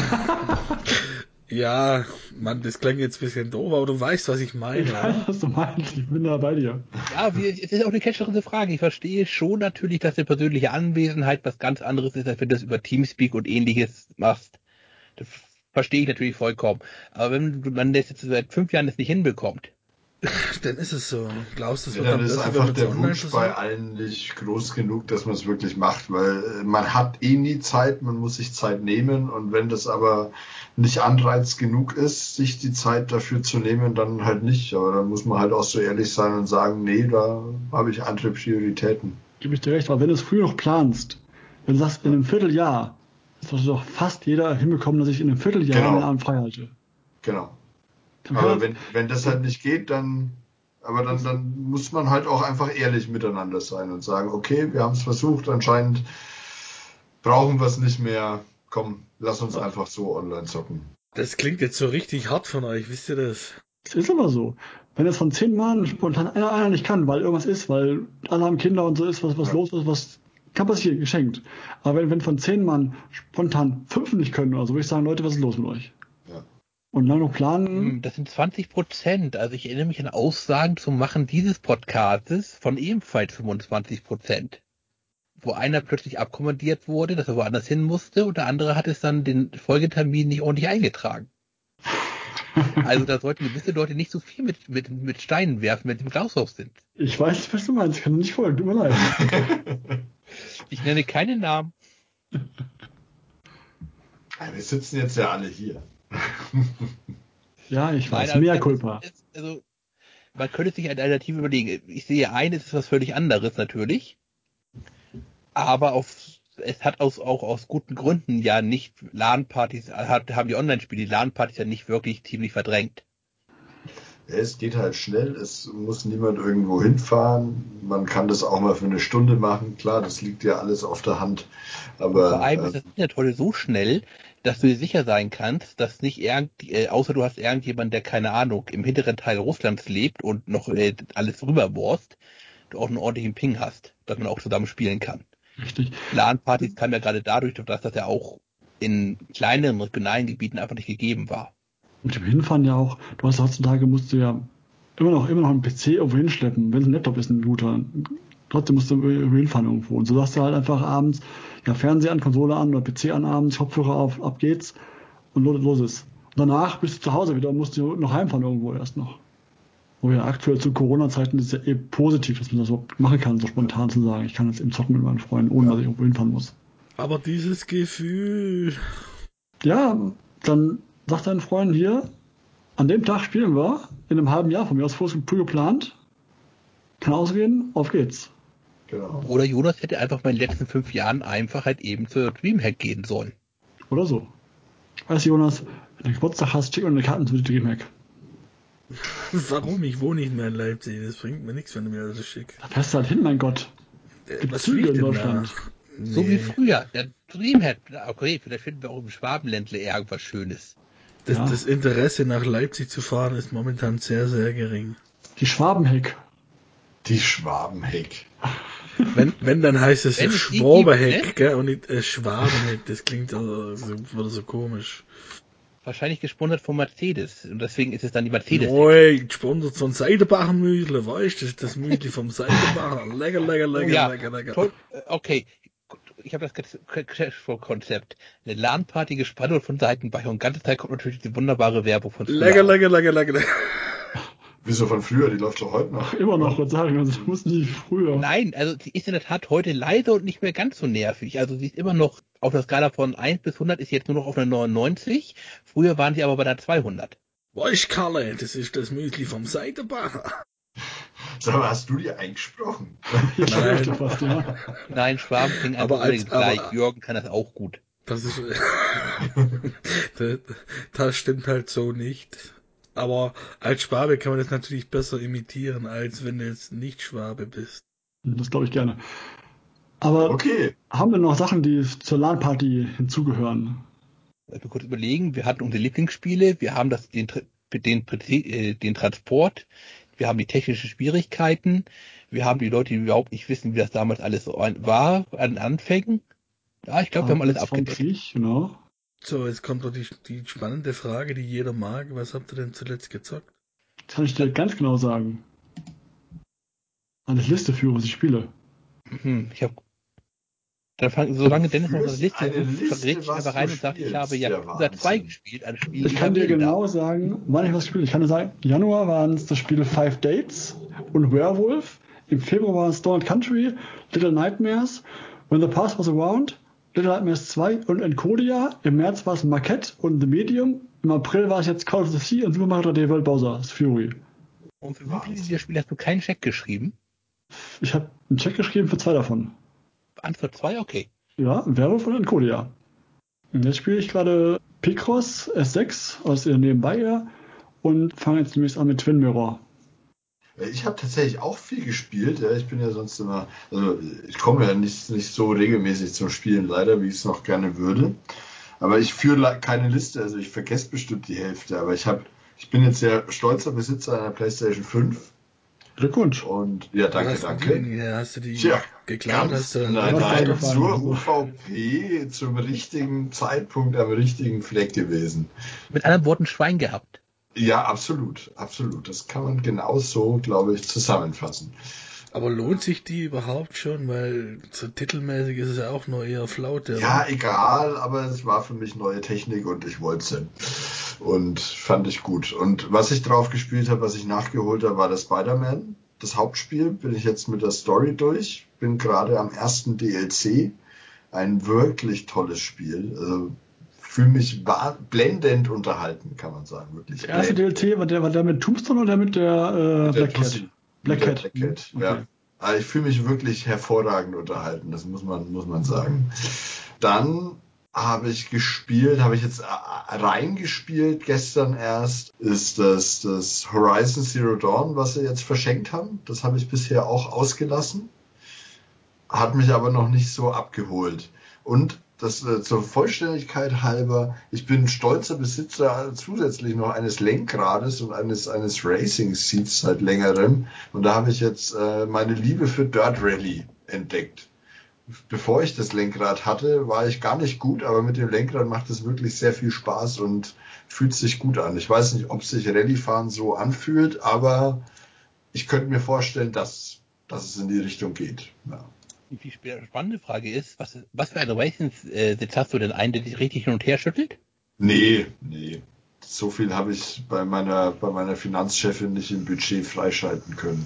Ja, Mann, das klingt jetzt ein bisschen doof, aber du weißt, was ich meine, Ich weiß, was du meinst, ich bin da bei dir. Ja, es ist auch eine catcherende Frage. Ich verstehe schon natürlich, dass eine persönliche Anwesenheit was ganz anderes ist, als wenn du das über Teamspeak und ähnliches machst. Das verstehe ich natürlich vollkommen. Aber wenn man das jetzt seit 5 Jahren nicht hinbekommt, Dann ist es so. Glaubst du, es Ja, wird dann dann ist besser, wenn einfach man es der online Wunsch bei versucht? allen nicht groß genug, dass man es wirklich macht, weil man hat eh nie Zeit, man muss sich Zeit nehmen und wenn das aber nicht Anreiz genug ist, sich die Zeit dafür zu nehmen, dann halt nicht. Aber dann muss man halt auch so ehrlich sein und sagen, nee, da habe ich andere Prioritäten. Gebe ich dir recht, weil wenn du es früh noch planst, wenn du sagst, in einem Vierteljahr, das sollte doch fast jeder hinbekommen, dass ich in einem Vierteljahr Genau. den Abend frei halte. Genau. Dann Aber kann- wenn das halt nicht geht, dann muss man halt auch einfach ehrlich miteinander sein und sagen, okay, wir haben es versucht, anscheinend brauchen wir es nicht mehr. Komm, lass uns einfach so online zocken. Das klingt jetzt so richtig hart von euch, wisst ihr das? Es ist aber so. Wenn jetzt von 10 Mann spontan einer nicht kann, weil irgendwas ist, weil alle haben Kinder und so ist, was Ja. los ist, was kann passieren, geschenkt. Aber wenn von 10 Mann spontan 5 nicht können oder so, würde ich sagen, Leute, was ist los mit euch? Ja. Und dann noch planen. das sind 20%. Also ich erinnere mich an Aussagen zum Machen dieses Podcastes von ebenfalls 25%. Wo einer plötzlich abkommandiert wurde, dass er woanders hin musste und der andere hat es dann den Folgetermin nicht ordentlich eingetragen. Also da sollten gewisse Leute nicht so viel mit Steinen werfen, wenn sie im Glashaus sind. Ich weiß nicht, was du meinst, ich kann dir nicht folgen, tut mir leid. Ich nenne keinen Namen. Wir sitzen jetzt ja alle hier. Ja, ich weiß, aber mehr das Culpa. also, man könnte sich eine Alternative überlegen. Ich sehe ein, es ist was völlig anderes natürlich. Aber es hat auch aus guten Gründen ja nicht LAN-Partys, haben die Online-Spiele die LAN-Partys ja nicht wirklich ziemlich verdrängt. Ja, es geht halt schnell, es muss niemand irgendwo hinfahren. Man kann das auch mal für eine Stunde machen. Klar, das liegt ja alles auf der Hand. Aber Vor allem ist das Internet heute so schnell, dass du dir sicher sein kannst, dass nicht außer du hast irgendjemanden, der keine Ahnung, im hinteren Teil Russlands lebt und noch alles rüberborst, du auch einen ordentlichen Ping hast, dass man auch zusammen spielen kann. Richtig. LAN-Partys kamen ja gerade dadurch, dass das ja auch in kleineren regionalen Gebieten einfach nicht gegeben war. Mit dem Hinfahren ja auch, du hast heutzutage musst du ja immer noch einen PC irgendwo hinschleppen, wenn es ein Laptop ist, ein Router. Trotzdem musst du irgendwo hinfahren irgendwo. Und so sagst du halt einfach abends, ja, Fernseher an, Konsole an oder PC an abends, Kopfhörer auf, ab geht's und los ist. Und danach bist du zu Hause wieder und musst du noch heimfahren irgendwo erst noch. Wo ja aktuell zu Corona-Zeiten ist es ja positiv, dass man das überhaupt machen kann, so spontan zu sagen, ich kann jetzt eben zocken mit meinen Freunden, ohne dass ich irgendwo hinfahren muss. Aber dieses Gefühl. Ja, dann sagt dein Freund hier, an dem Tag spielen wir, in einem halben Jahr von mir aus früh geplant, kann ausgehen, auf geht's. genau. Oder Jonas hätte einfach mal in den letzten 5 Jahren einfach halt eben zur Dreamhack gehen sollen. Oder so. Weißt du, Jonas, wenn du Geburtstag hast, schick mir eine Karte zu Dreamhack. Warum? Ich wohne nicht mehr in Leipzig. Das bringt mir nichts, wenn du mir alles schickst. Da fährst du halt hin, mein Gott. Gibt Was Züge spiele ich in denn Deutschland. da? So wie früher. Der Dreamhack. Okay, vielleicht finden wir auch im Schwabenländle irgendwas Schönes. Ja. Das Interesse nach Leipzig zu fahren ist momentan sehr, sehr gering. Die Schwabenheck. Die Schwabenheck. Wenn dann heißt es Wenn ja es die Schwabenheck, gibt, gell, und nicht Schwabenheck, das klingt so komisch. wahrscheinlich gesponsert von Mercedes. Und deswegen ist es dann die Mercedes. Nein, gesponsert von Seidenbacher Müsli, weißt du, das ist das Müsli vom Seidenbacher. Lecker, lecker, Oh lecker, ja, lecker, lecker. toll. Okay, ich habe das Konzept. Eine LAN-Party gesponsert von Seitenbacher und ganze Zeit kommt natürlich die wunderbare Werbung von Lecker, früher. lecker, lecker, lecker, lecker. Wieso von früher? Die läuft doch heute noch. Immer noch, würde sagen, also ich muss nicht früher. Nein, also sie ist in der Tat heute leise und nicht mehr ganz so nervig. Also sie ist immer noch auf der Skala von 1 bis 100 ist sie jetzt nur noch auf einer 99. Früher waren sie aber bei der 200. Weißt du, Kalle, das ist das Müsli vom Seidenbacher. Sag mal, hast du die eingesprochen? Ich Nein. fürchte fast, ja. Nein, Schwaben klingen Aber einfach alle gleich. Jürgen kann das auch gut. Das ist, das stimmt halt so nicht. Aber als Schwabe kann man das natürlich besser imitieren, als wenn du jetzt nicht Schwabe bist. Das glaube ich gerne. Aber Okay. haben wir noch Sachen, die zur LAN-Party hinzugehören? Also kurz überlegen, wir hatten unsere Lieblingsspiele, wir haben den Transport, wir haben die technischen Schwierigkeiten, wir haben die Leute, die überhaupt nicht wissen, wie das damals alles so war, an Anfängen. Ja, ich glaube, wir haben alles Vom abgedeckt. Krieg, genau. So, jetzt kommt doch die spannende Frage, die jeder mag. Was habt ihr denn zuletzt gezockt? Kann ich dir ganz genau sagen. Eine Liste führe, was ich spiele. Ich habe solange Dennis noch eine Führst Liste eine sucht, Liste, verrät ich was einfach rein du und sagt, ich spielst. habe Ja, Yakuza 2 Wahnsinn. gespielt, ein Spiel, Ich kann dir genau sagen, wann ich was gespielt habe. Ich kann dir sagen, im Januar waren es das Spiel Five Dates und Werewolf. Im Februar waren es Donut Country, Little Nightmares, When the Past Was Around, Little Nightmares 2 und Encodia. Im März war es Maquette und The Medium. Im April war es jetzt Call of the Sea und Super Mario 3D World Bowser's Fury. Und für wie viele dieser Spiele hast du keinen Check geschrieben? Ich habe einen Check geschrieben für 2 davon. Antwort 2, okay. Ja, Werewolf und Encodia. Und jetzt spiele ich gerade Picross S6 aus ihr nebenbei her und fange jetzt demnächst an mit Twin Mirror. Ich habe tatsächlich auch viel gespielt. Ja, ich bin ja sonst immer, also ich komme ja nicht so regelmäßig zum Spielen leider, wie ich es noch gerne würde. Aber ich führe keine Liste, also ich vergesse bestimmt die Hälfte. Aber ich bin jetzt sehr stolzer Besitzer einer PlayStation 5. Glückwunsch. Und ja, danke. Hast du die Tja, geklaut? Hast du nein, zur UVP zum richtigen Zeitpunkt am richtigen Fleck gewesen. Mit anderen Worten, Schwein gehabt. Ja, absolut. Das kann man genauso, glaube ich, zusammenfassen. Aber lohnt sich die überhaupt schon? Weil so titelmäßig ist es ja auch nur eher Flaute. Ja, egal, aber es war für mich neue Technik und ich wollte es. Und fand ich gut. Und was ich drauf gespielt habe, was ich nachgeholt habe, war der Spider-Man. Das Hauptspiel bin ich jetzt mit der Story durch. Bin gerade am ersten DLC. Ein wirklich tolles Spiel. Also fühle mich blendend unterhalten, kann man sagen. Wirklich. Der erste DLC, war der mit Tombstone oder mit der Black Cat? Black Cat, Okay. ja. Also ich fühle mich wirklich hervorragend unterhalten, das muss man sagen. Dann habe ich jetzt reingespielt, gestern erst, ist das Horizon Zero Dawn, was sie jetzt verschenkt haben. Das habe ich bisher auch ausgelassen. Hat mich aber noch nicht so abgeholt. Und das zur Vollständigkeit halber, ich bin stolzer Besitzer zusätzlich noch eines Lenkrades und eines Racing Seats seit längerem. Und da habe ich jetzt meine Liebe für Dirt Rally entdeckt. Bevor ich das Lenkrad hatte, war ich gar nicht gut, aber mit dem Lenkrad macht es wirklich sehr viel Spaß und fühlt sich gut an. Ich weiß nicht, ob sich Rallye-Fahren so anfühlt, aber ich könnte mir vorstellen, dass es in die Richtung geht. Ja. Die spannende Frage ist, was für eine Racing-Sitz hast du denn einen, der dich richtig hin und her schüttelt? Nee. So viel habe ich bei meiner Finanzchefin nicht im Budget freischalten können.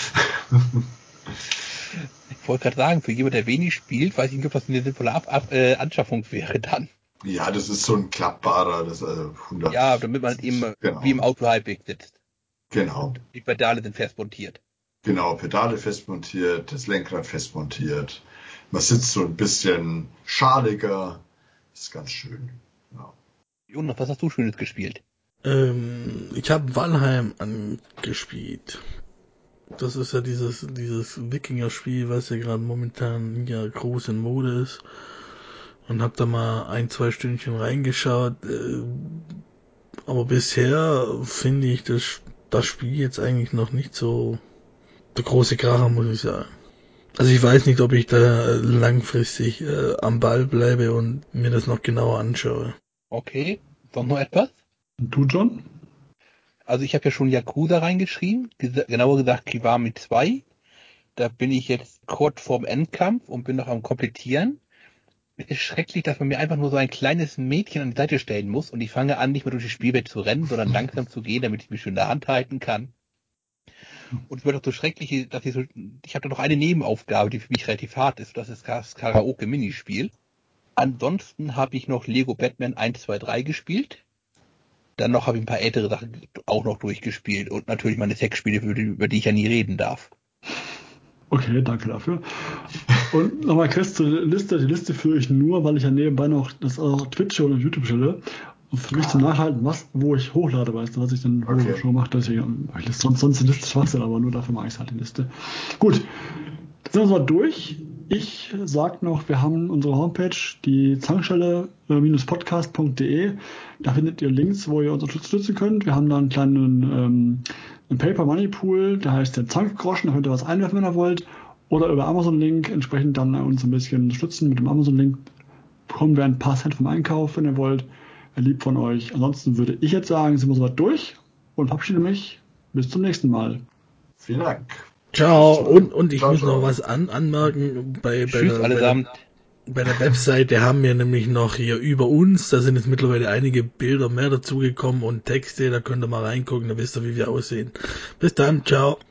Ich wollte gerade sagen, für jemanden, der wenig spielt, weiß ich nicht, ob das eine sinnvolle Anschaffung wäre dann. Ja, das ist so ein klappbarer, das 100. Ja, damit man eben wie im Auto halbwegs sitzt. Genau. Und die Pedale sind fest montiert. Genau, Pedale fest montiert, das Lenkrad fest montiert. Man sitzt so ein bisschen schaliger. Das ist ganz schön. Ja. Jonas, was hast du Schönes gespielt? Ich habe Valheim angespielt. Das ist ja dieses Wikinger-Spiel, was ja gerade momentan ja groß in Mode ist. Und hab da mal 1-2 Stündchen reingeschaut. Aber bisher finde ich das Spiel jetzt eigentlich noch nicht so der große Kracher, muss ich sagen. Also ich weiß nicht, ob ich da langfristig am Ball bleibe und mir das noch genauer anschaue. Okay, sonst noch etwas? Und du, John? Also ich habe ja schon Yakuza reingeschrieben, genauer gesagt Kiwami 2. Da bin ich jetzt kurz vorm Endkampf und bin noch am Komplettieren. Es ist schrecklich, dass man mir einfach nur so ein kleines Mädchen an die Seite stellen muss und ich fange an, nicht mehr durch die Spielwelt zu rennen, sondern langsam zu gehen, damit ich mich schön in der Hand halten kann. Und es wird auch so schrecklich, dass ich habe da noch eine Nebenaufgabe, die für mich relativ hart ist. Das ist das Karaoke-Minispiel. Ansonsten habe ich noch Lego Batman 1, 2, 3 gespielt. Dann noch habe ich ein paar ältere Sachen auch noch durchgespielt und natürlich meine Sexspiele, über die ich ja nie reden darf. Okay, danke dafür. Und nochmal Chris zur Liste. Die Liste führe ich nur, weil ich ja nebenbei noch das auch Twitch und YouTube stelle. Und für mich zum Nachhalten, wo ich hochlade, weißt du, was ich dann schon mache. Deswegen, sonst die Liste Schwachsinn, aber nur dafür mache ich halt die Liste. Gut, jetzt sind wir mal durch. Ich sag noch, wir haben unsere Homepage, die Zankstelle-podcast.de. Da findet ihr Links, wo ihr uns unterstützen könnt. Wir haben da einen kleinen Paper Money Pool, der heißt der Zankgroschen, da könnt ihr was einwerfen, wenn ihr wollt. Oder über Amazon-Link entsprechend dann uns ein bisschen unterstützen. Mit dem Amazon-Link bekommen wir ein paar Cent vom Einkauf, wenn ihr wollt. Wäre lieb von euch. Ansonsten würde ich jetzt sagen, sind wir soweit durch und verabschiede mich. Bis zum nächsten Mal. Vielen Dank. Ciao. Und ich muss ciao. noch was anmerken bei Tschüss allesamt. Bei der Webseite haben wir nämlich noch hier über uns, da sind jetzt mittlerweile einige Bilder mehr dazugekommen und Texte, da könnt ihr mal reingucken, da wisst ihr, wie wir aussehen. Bis dann, ciao.